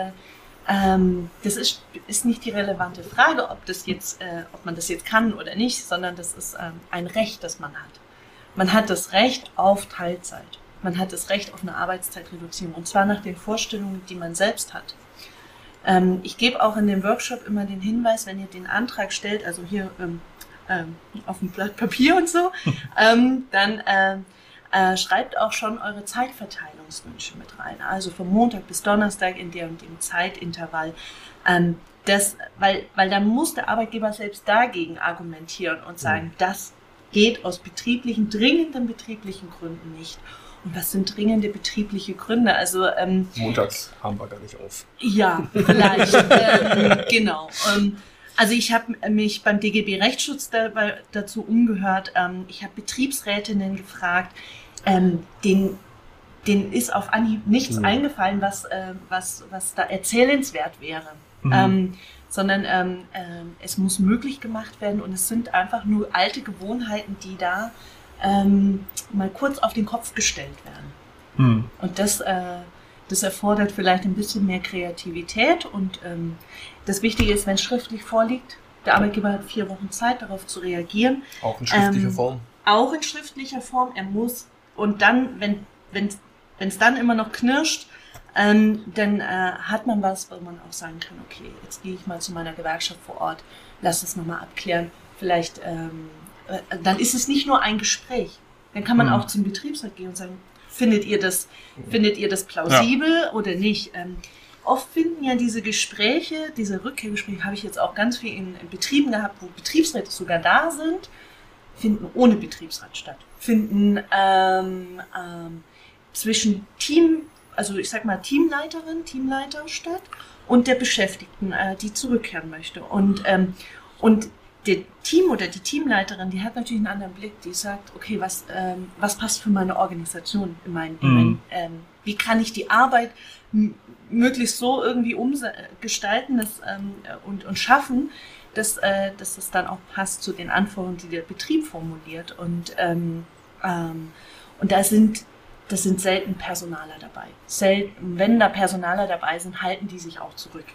ist nicht die relevante Frage, ob man das jetzt kann oder nicht, sondern das ist ein Recht, das man hat. Man hat das Recht auf Teilzeit. Man hat das Recht auf eine Arbeitszeitreduzierung. Und zwar nach den Vorstellungen, die man selbst hat. Ich gebe auch in dem Workshop immer den Hinweis, wenn ihr den Antrag stellt, also hier auf dem Blatt Papier und so, dann schreibt auch schon eure Zeitverteilungswünsche mit rein. Also vom Montag bis Donnerstag in dem Zeitintervall. Weil dann muss der Arbeitgeber selbst dagegen argumentieren und sagen, das geht aus dringenden betrieblichen Gründen nicht. Und was sind dringende betriebliche Gründe? Also montags haben wir gar nicht auf. Ja, vielleicht. Genau. Also ich habe mich beim DGB Rechtsschutz dazu umgehört. Ich habe Betriebsrätinnen gefragt. Denen ist auf Anhieb nichts eingefallen, was da erzählenswert wäre. Sondern es muss möglich gemacht werden und es sind einfach nur alte Gewohnheiten, die da mal kurz auf den Kopf gestellt werden. Und das erfordert vielleicht ein bisschen mehr Kreativität und das Wichtige ist, wenn es schriftlich vorliegt, der Arbeitgeber hat 4 Wochen Zeit, darauf zu reagieren. Auch in schriftlicher Form? Auch in schriftlicher Form. Er muss, und dann, wenn es dann immer noch knirscht, dann hat man was, wo man auch sagen kann, okay, jetzt gehe ich mal zu meiner Gewerkschaft vor Ort, lass das nochmal abklären. Vielleicht, dann ist es nicht nur ein Gespräch. Dann kann man auch zum Betriebsrat gehen und sagen, findet ihr das plausibel oder nicht? oft finden ja diese Gespräche, diese Rückkehrgespräche, habe ich jetzt auch ganz viel in Betrieben gehabt, wo Betriebsräte sogar da sind, finden ohne Betriebsrat statt. Finden zwischen also ich sag mal Teamleiterin, Teamleiter statt und der Beschäftigten, die zurückkehren möchte. Und der Team oder die Teamleiterin, die hat natürlich einen anderen Blick, die sagt, okay, was passt für meine Organisation, wie kann ich die Arbeit möglichst so irgendwie gestalten und schaffen, dass es dann auch passt zu den Anforderungen, die der Betrieb formuliert. Und das sind selten Personaler dabei. Selten, wenn da Personaler dabei sind, halten die sich auch zurück.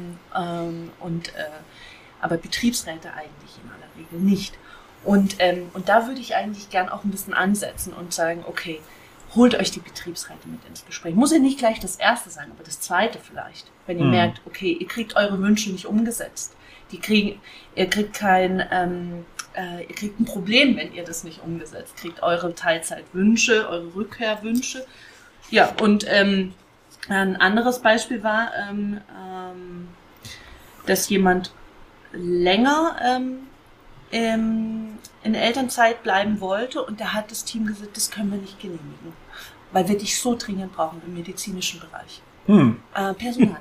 Aber Betriebsräte eigentlich in aller Regel nicht. Und da würde ich eigentlich gern auch ein bisschen ansetzen und sagen, okay, holt euch die Betriebsräte mit ins Gespräch. Muss ja nicht gleich das erste sein, aber das zweite vielleicht. Wenn ihr merkt, okay, ihr kriegt eure Wünsche nicht umgesetzt. Ihr kriegt ein Problem, wenn ihr das nicht umgesetzt kriegt. Eure Teilzeitwünsche, eure Rückkehrwünsche. Ja, und ein anderes Beispiel war, dass jemand länger in Elternzeit bleiben wollte und da hat das Team gesagt, das können wir nicht genehmigen, weil wir dich so dringend brauchen im medizinischen Bereich. Personal.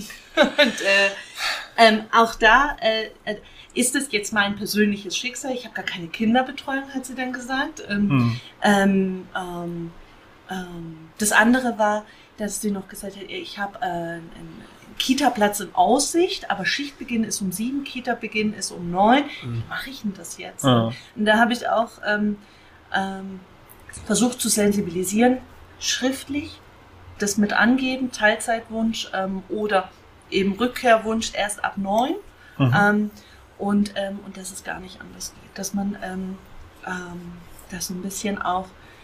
Und auch da ist es jetzt mein persönliches Schicksal. Ich habe gar keine Kinderbetreuung, hat sie dann gesagt. Das andere war, dass sie noch gesagt hat, ich habe einen Kita-Platz in Aussicht, aber Schichtbeginn ist um 7, Kita-Beginn ist um 9. Wie mache ich denn das jetzt? Und da habe ich auch versucht zu sensibilisieren, schriftlich das mit angeben, Teilzeitwunsch oder eben Rückkehrwunsch erst ab 9. Und dass es gar nicht anders geht. Dass man das so ein bisschen auch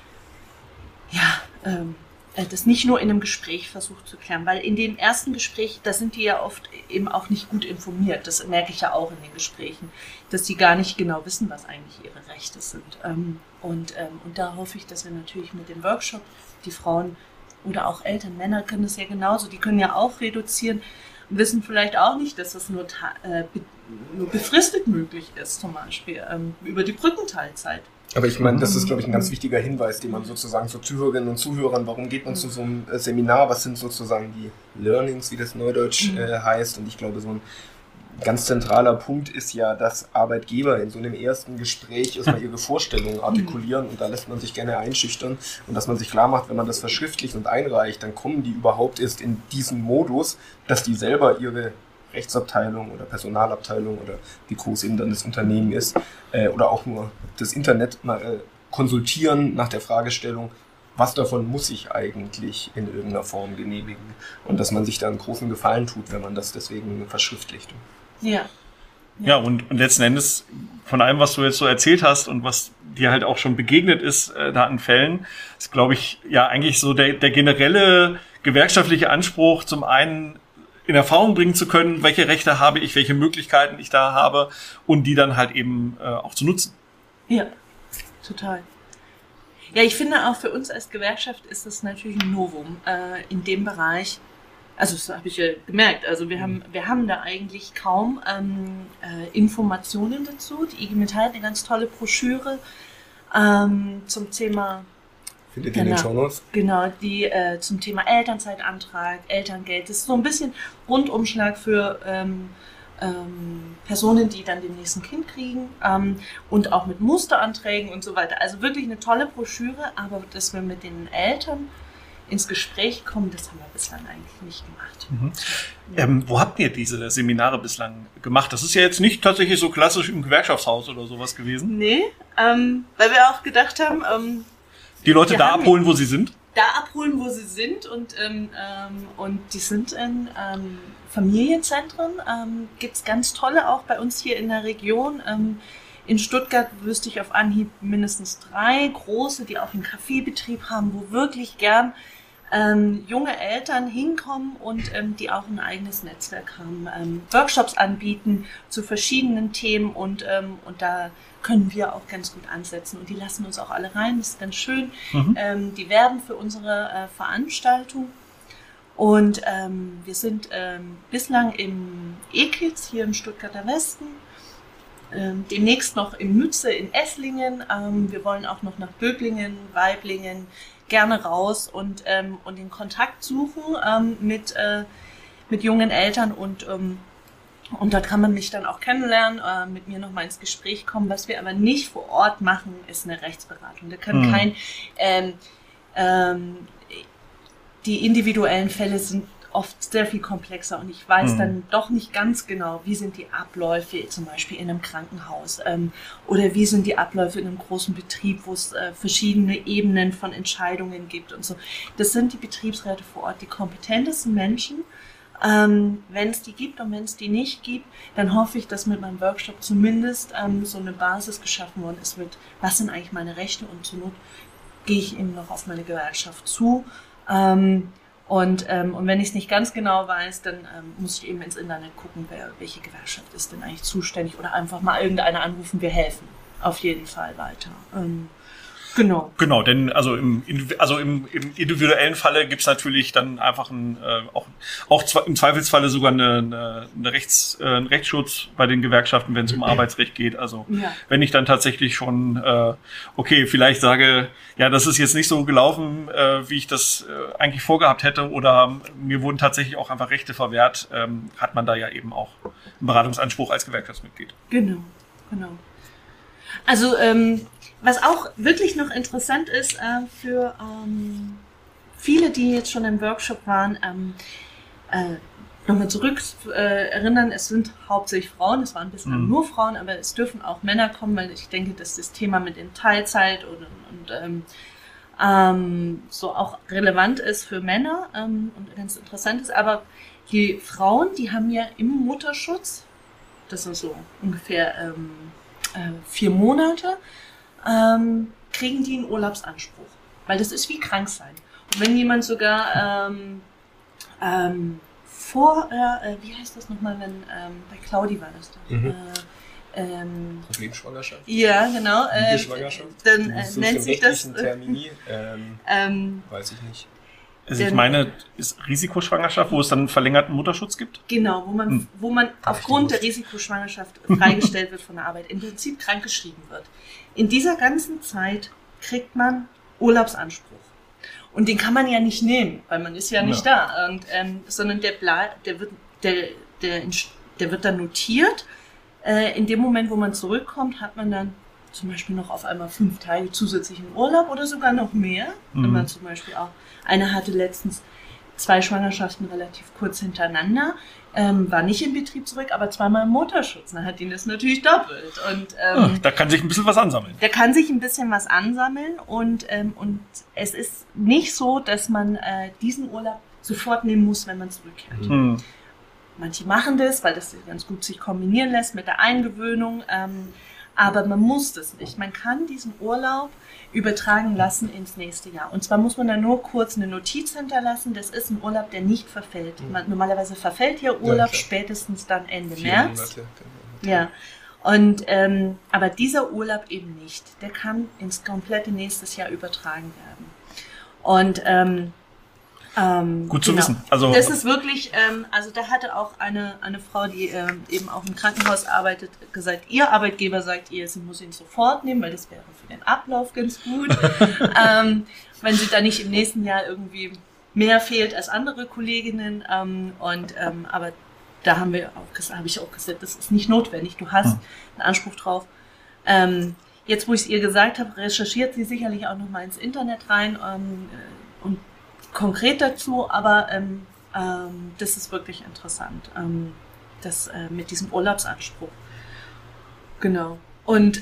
das nicht nur in einem Gespräch versucht zu klären, weil in dem ersten Gespräch, da sind die ja oft eben auch nicht gut informiert. Das merke ich ja auch in den Gesprächen, dass die gar nicht genau wissen, was eigentlich ihre Rechte sind. Und da hoffe ich, dass wir natürlich mit dem Workshop die Frauen oder auch Eltern, Männer können das ja genauso, die können ja auch reduzieren, wissen vielleicht auch nicht, dass das nur befristet möglich ist, zum Beispiel über die Brückenteilzeit. Aber ich meine, das ist, glaube ich, ein ganz wichtiger Hinweis, den man sozusagen zu Zuhörerinnen und Zuhörern, warum geht man zu so einem Seminar, was sind sozusagen die Learnings, wie das Neudeutsch heißt. Und ich glaube, so ein ganz zentraler Punkt ist ja, dass Arbeitgeber in so einem ersten Gespräch erstmal ihre Vorstellungen artikulieren und da lässt man sich gerne einschüchtern und dass man sich klar macht, wenn man das verschriftlicht und einreicht, dann kommen die überhaupt erst in diesen Modus, dass die selber ihre Rechtsabteilung oder Personalabteilung oder wie groß eben dann das Unternehmen ist oder auch nur das Internet mal konsultieren nach der Fragestellung, was davon muss ich eigentlich in irgendeiner Form genehmigen und dass man sich da einen großen Gefallen tut, wenn man das deswegen verschriftlicht. Ja, und letzten Endes von allem, was du jetzt so erzählt hast und was dir halt auch schon begegnet ist, da an Fällen, ist, glaube ich, ja eigentlich so der generelle gewerkschaftliche Anspruch, zum einen in Erfahrung bringen zu können, welche Rechte habe ich, welche Möglichkeiten ich da habe und die dann halt eben auch zu nutzen. Ja, total. Ja, ich finde auch für uns als Gewerkschaft ist das natürlich ein Novum in dem Bereich. Also das habe ich ja gemerkt. Also wir haben da eigentlich kaum Informationen dazu. Die IG Metall hat eine ganz tolle Broschüre zum Thema. Findet ihr in den Shownotes? Genau, die zum Thema Elternzeitantrag, Elterngeld. Das ist so ein bisschen Rundumschlag für Personen, die dann demnächst ein Kind kriegen und auch mit Musteranträgen und so weiter. Also wirklich eine tolle Broschüre, aber dass wir mit den Eltern ins Gespräch kommen, das haben wir bislang eigentlich nicht gemacht. Wo habt ihr diese Seminare bislang gemacht? Das ist ja jetzt nicht tatsächlich so klassisch im Gewerkschaftshaus oder sowas gewesen. Nee, weil wir auch gedacht haben, die Leute da abholen, wo sie sind? Da abholen, wo sie sind und die sind in Familienzentren. Gibt es ganz tolle auch bei uns hier in der Region. In Stuttgart wüsste ich auf Anhieb mindestens 3 große, die auch einen Kaffeebetrieb haben, wo wirklich gern junge Eltern hinkommen und die auch ein eigenes Netzwerk haben, Workshops anbieten zu verschiedenen Themen und da können wir auch ganz gut ansetzen und die lassen uns auch alle rein, das ist ganz schön. Die werben für unsere Veranstaltung Und wir sind bislang im E-Kids hier im Stuttgarter Westen, demnächst noch im Nütze in Esslingen. Wir wollen auch noch nach Böblingen, Waiblingen gerne raus und den Kontakt suchen mit jungen Eltern und dort kann man mich dann auch kennenlernen, mit mir nochmal ins Gespräch kommen. Was wir aber nicht vor Ort machen, ist eine Rechtsberatung. Da kann die individuellen Fälle sind oft sehr viel komplexer und ich weiß dann doch nicht ganz genau, wie sind die Abläufe zum Beispiel in einem Krankenhaus oder wie sind die Abläufe in einem großen Betrieb, wo es verschiedene Ebenen von Entscheidungen gibt und so. Das sind die Betriebsräte vor Ort, die kompetentesten Menschen. Wenn es die gibt und wenn es die nicht gibt, dann hoffe ich, dass mit meinem Workshop zumindest so eine Basis geschaffen worden ist mit, was sind eigentlich meine Rechte und zur Not gehe ich eben noch auf meine Gewerkschaft zu. Und wenn ich es nicht ganz genau weiß, dann muss ich eben ins Internet gucken, welche Gewerkschaft ist denn eigentlich zuständig oder einfach mal irgendeine anrufen, wir helfen auf jeden Fall weiter. Genau. Genau, denn also im individuellen Falle gibt's natürlich dann einfach im Zweifelsfalle sogar einen Rechtsschutz bei den Gewerkschaften, wenn es um Arbeitsrecht geht. Also wenn ich dann tatsächlich schon vielleicht sage, ja, das ist jetzt nicht so gelaufen, wie ich das eigentlich vorgehabt hätte, oder mir wurden tatsächlich auch einfach Rechte verwehrt, hat man da ja eben auch einen Beratungsanspruch als Gewerkschaftsmitglied. Genau. Also was auch wirklich noch interessant ist für viele, die jetzt schon im Workshop waren, nochmal zurück erinnern, es sind hauptsächlich Frauen, es waren bislang nur Frauen, aber es dürfen auch Männer kommen, weil ich denke, dass das Thema mit in Teilzeit und so auch relevant ist für Männer und ganz interessant ist. Aber die Frauen, die haben ja im Mutterschutz, das sind so ungefähr 4 Monate, kriegen die einen Urlaubsanspruch, weil das ist wie krank sein. Und wenn jemand sogar wie heißt das nochmal, wenn bei Claudi war das doch. Problemschwangerschaft? Ja, genau. Schwangerschaft? Dann nennt sich das. Termini, weiß ich nicht. Also ich meine, ist Risikoschwangerschaft, wo es dann einen verlängerten Mutterschutz gibt? Genau, wo man aufgrund der Risikoschwangerschaft freigestellt wird von der Arbeit, im Prinzip krankgeschrieben wird. In dieser ganzen Zeit kriegt man Urlaubsanspruch. Und den kann man ja nicht nehmen, weil man ist ja nicht da. Und, sondern der wird dann notiert. In dem Moment, wo man zurückkommt, hat man dann zum Beispiel noch auf einmal 5 Tage zusätzlichen Urlaub oder sogar noch mehr. Wenn man zum Beispiel auch, eine hatte letztens 2 Schwangerschaften relativ kurz hintereinander, war nicht im Betrieb zurück, aber 2-mal im Mutterschutz. Dann hat ihn das natürlich doppelt. Und da kann sich ein bisschen was ansammeln. Da kann sich ein bisschen was ansammeln und es ist nicht so, dass man diesen Urlaub sofort nehmen muss, wenn man zurückkehrt. Manche machen das, weil das ganz gut sich kombinieren lässt mit der Eingewöhnung. Aber man muss das nicht. Man kann diesen Urlaub übertragen lassen ins nächste Jahr. Und zwar muss man dann nur kurz eine Notiz hinterlassen. Das ist ein Urlaub, der nicht verfällt. Normalerweise verfällt ja Urlaub spätestens dann Ende 4 März. Monate. Ja. Und aber dieser Urlaub eben nicht. Der kann ins komplette nächstes Jahr übertragen werden. Und gut zu wissen. Also das ist wirklich, also da hatte auch eine Frau, die eben auch im Krankenhaus arbeitet, gesagt, ihr Arbeitgeber sagt ihr, sie muss ihn sofort nehmen, weil das wäre für den Ablauf ganz gut. Wenn sie da nicht im nächsten Jahr irgendwie mehr fehlt als andere Kolleginnen. Aber da habe ich auch gesagt, das ist nicht notwendig. Du hast einen Anspruch drauf. Jetzt, wo ich es ihr gesagt habe, recherchiert sie sicherlich auch noch mal ins Internet rein und konkret dazu, aber das ist wirklich interessant, das mit diesem Urlaubsanspruch. Genau. Und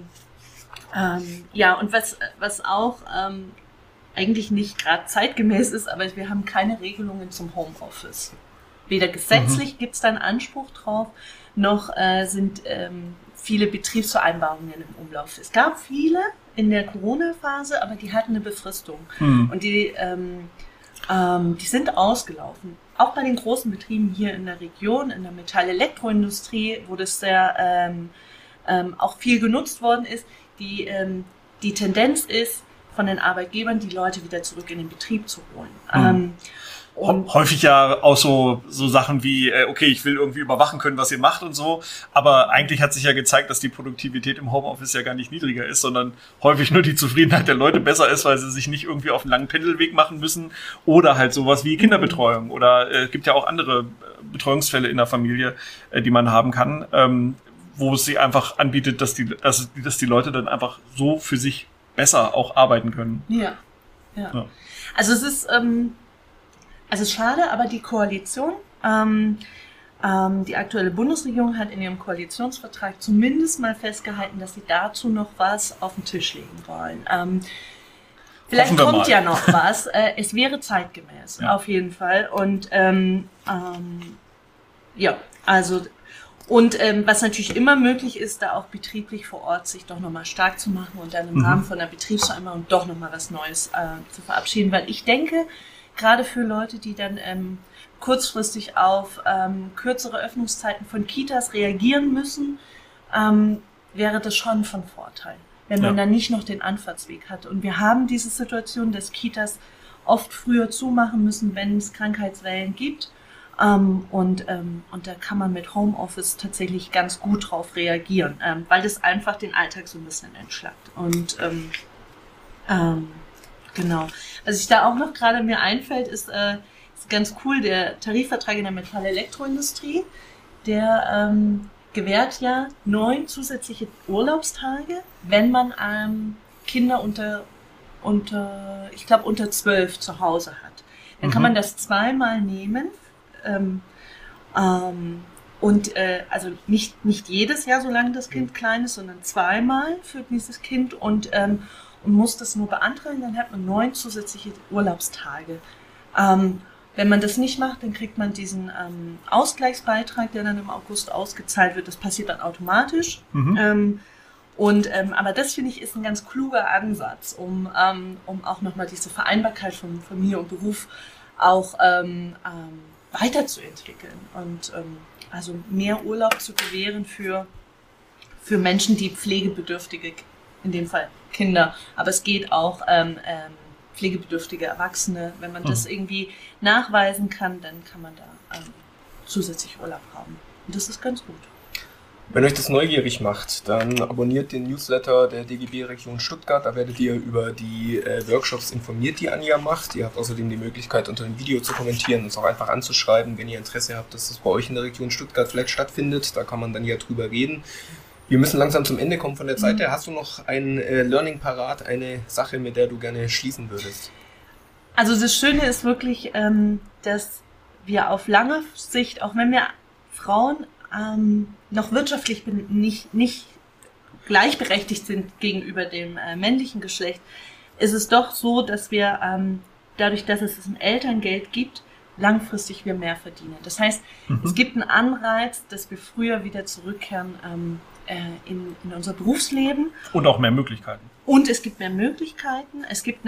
und was auch eigentlich nicht gerade zeitgemäß ist, aber wir haben keine Regelungen zum Homeoffice. Weder gesetzlich gibt es da einen Anspruch drauf, noch sind viele Betriebsvereinbarungen im Umlauf. Es gab viele in der Corona-Phase, aber die hatten eine Befristung. Und die sind ausgelaufen. Auch bei den großen Betrieben hier in der Region, in der Metall-Elektroindustrie, wo das sehr auch viel genutzt worden ist. Die Tendenz ist, von den Arbeitgebern die Leute wieder zurück in den Betrieb zu holen. häufig ja auch so Sachen wie, okay, ich will irgendwie überwachen können, was ihr macht und so. Aber eigentlich hat sich ja gezeigt, dass die Produktivität im Homeoffice ja gar nicht niedriger ist, sondern häufig nur die Zufriedenheit der Leute besser ist, weil sie sich nicht irgendwie auf einen langen Pendelweg machen müssen. Oder halt sowas wie Kinderbetreuung. Oder es gibt ja auch andere Betreuungsfälle in der Familie, die man haben kann, wo es sich einfach anbietet, dass die Leute dann einfach so für sich besser auch arbeiten können. Ja. Also es ist schade, aber die Koalition, die aktuelle Bundesregierung hat in ihrem Koalitionsvertrag zumindest mal festgehalten, dass sie dazu noch was auf den Tisch legen wollen. Vielleicht kommt ja noch was. Es wäre zeitgemäß, auf jeden Fall. Und was natürlich immer möglich ist, da auch betrieblich vor Ort sich doch nochmal stark zu machen und dann im Rahmen von einer Betriebsvereinbarung doch nochmal was Neues zu verabschieden. Weil ich denke, gerade für Leute, die dann kurzfristig auf kürzere Öffnungszeiten von Kitas reagieren müssen, wäre das schon von Vorteil, wenn man dann nicht noch den Anfahrtsweg hat. Und wir haben diese Situation, dass Kitas oft früher zumachen müssen, wenn es Krankheitswellen gibt. Und da kann man mit Homeoffice tatsächlich ganz gut drauf reagieren, weil das einfach den Alltag so ein bisschen entschlackt. Und genau. Was ich da auch noch gerade mir einfällt, ist ganz cool, der Tarifvertrag in der Metall-Elektroindustrie, der gewährt ja 9 zusätzliche Urlaubstage, wenn man Kinder unter 12 zu Hause hat. Dann kann man das zweimal nehmen. Also nicht jedes Jahr, solange das Kind klein ist, sondern zweimal für dieses Kind und muss das nur beantragen, dann hat man 9 zusätzliche Urlaubstage. Wenn man das nicht macht, dann kriegt man diesen Ausgleichsbeitrag, der dann im August ausgezahlt wird. Das passiert dann automatisch. Aber das, finde ich, ist ein ganz kluger Ansatz, um auch nochmal diese Vereinbarkeit von Familie und Beruf auch weiterzuentwickeln und also mehr Urlaub zu gewähren für Menschen, die pflegebedürftige, in dem Fall Kinder, aber es geht auch pflegebedürftige Erwachsene. Wenn man das irgendwie nachweisen kann, dann kann man da zusätzlich Urlaub haben. Und das ist ganz gut. Wenn euch das neugierig macht, dann abonniert den Newsletter der DGB Region Stuttgart. Da werdet ihr über die Workshops informiert, die Anja macht. Ihr habt außerdem die Möglichkeit, unter dem Video zu kommentieren und es auch einfach anzuschreiben, wenn ihr Interesse habt, dass das bei euch in der Region Stuttgart vielleicht stattfindet. Da kann man dann ja drüber reden. Wir müssen langsam zum Ende kommen von der Zeit her. Hast du noch ein Learning parat, eine Sache, mit der du gerne schließen würdest? Also das Schöne ist wirklich, dass wir auf lange Sicht, auch wenn wir Frauen noch wirtschaftlich nicht gleichberechtigt sind gegenüber dem männlichen Geschlecht, ist es doch so, dass wir dadurch, dass es ein Elterngeld gibt, langfristig wir mehr verdienen. Das heißt, es gibt einen Anreiz, dass wir früher wieder zurückkehren in unser Berufsleben. Und auch mehr Möglichkeiten. Und es gibt mehr Möglichkeiten. Es gibt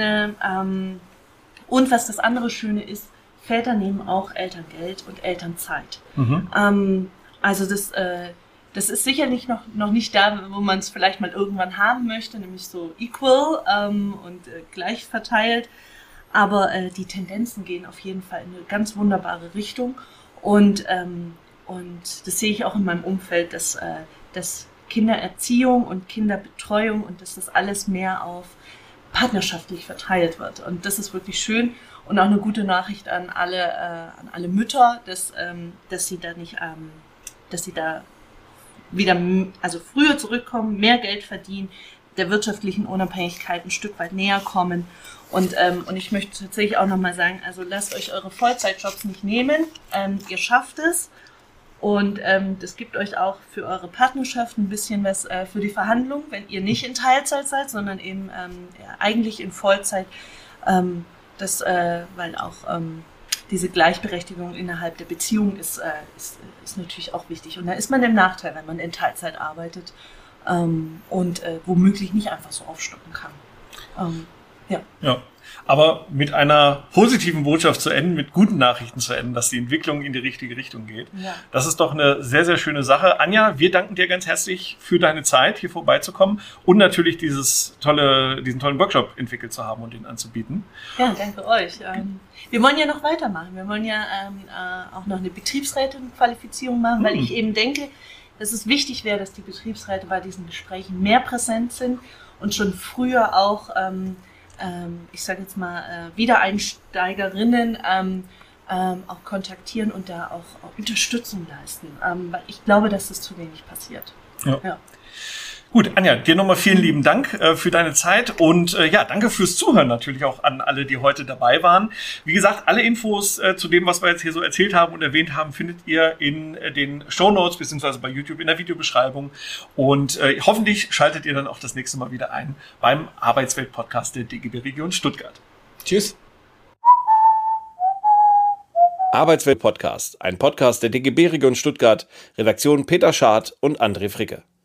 und was das andere Schöne ist, Väter nehmen auch Elterngeld und Elternzeit. Also das ist sicherlich noch nicht da, wo man es vielleicht mal irgendwann haben möchte, nämlich so equal und gleich verteilt. Aber die Tendenzen gehen auf jeden Fall in eine ganz wunderbare Richtung. Und das sehe ich auch in meinem Umfeld, dass Kindererziehung und Kinderbetreuung und dass das alles mehr auf partnerschaftlich verteilt wird. Und das ist wirklich schön und auch eine gute Nachricht an alle Mütter, dass sie da nicht dass sie da wieder, also früher zurückkommen, mehr Geld verdienen, der wirtschaftlichen Unabhängigkeit ein Stück weit näher kommen. Und ich möchte tatsächlich auch nochmal sagen, also lasst euch eure Vollzeitjobs nicht nehmen, ihr schafft es. Und das gibt euch auch für eure Partnerschaft ein bisschen was für die Verhandlung, wenn ihr nicht in Teilzeit seid, sondern eben eigentlich in Vollzeit, weil auch diese Gleichberechtigung innerhalb der Beziehung ist natürlich auch wichtig. Und da ist man im Nachteil, wenn man in Teilzeit arbeitet und womöglich nicht einfach so aufstocken kann. Ja. Aber mit einer positiven Botschaft zu enden, mit guten Nachrichten zu enden, dass die Entwicklung in die richtige Richtung geht. Ja. Das ist doch eine sehr, sehr schöne Sache. Anja, wir danken dir ganz herzlich für deine Zeit, hier vorbeizukommen und natürlich diesen tollen Workshop entwickelt zu haben und ihn anzubieten. Ja, danke euch. Wir wollen ja noch weitermachen. Wir wollen ja auch noch eine Betriebsrätequalifizierung machen, weil ich eben denke, dass es wichtig wäre, dass die Betriebsräte bei diesen Gesprächen mehr präsent sind und schon früher auch ich sage jetzt mal, Wiedereinsteigerinnen auch kontaktieren und da auch Unterstützung leisten. Weil ich glaube, dass das zu wenig passiert. Ja. Gut, Anja, dir nochmal vielen lieben Dank für deine Zeit und danke fürs Zuhören natürlich auch an alle, die heute dabei waren. Wie gesagt, alle Infos zu dem, was wir jetzt hier so erzählt haben und erwähnt haben, findet ihr in den Shownotes beziehungsweise bei YouTube in der Videobeschreibung und hoffentlich schaltet ihr dann auch das nächste Mal wieder ein beim Arbeitswelt-Podcast der DGB Region Stuttgart. Tschüss. Arbeitswelt Podcast, ein Podcast der DGB Region Stuttgart, Redaktion Peter Schad und André Fricke.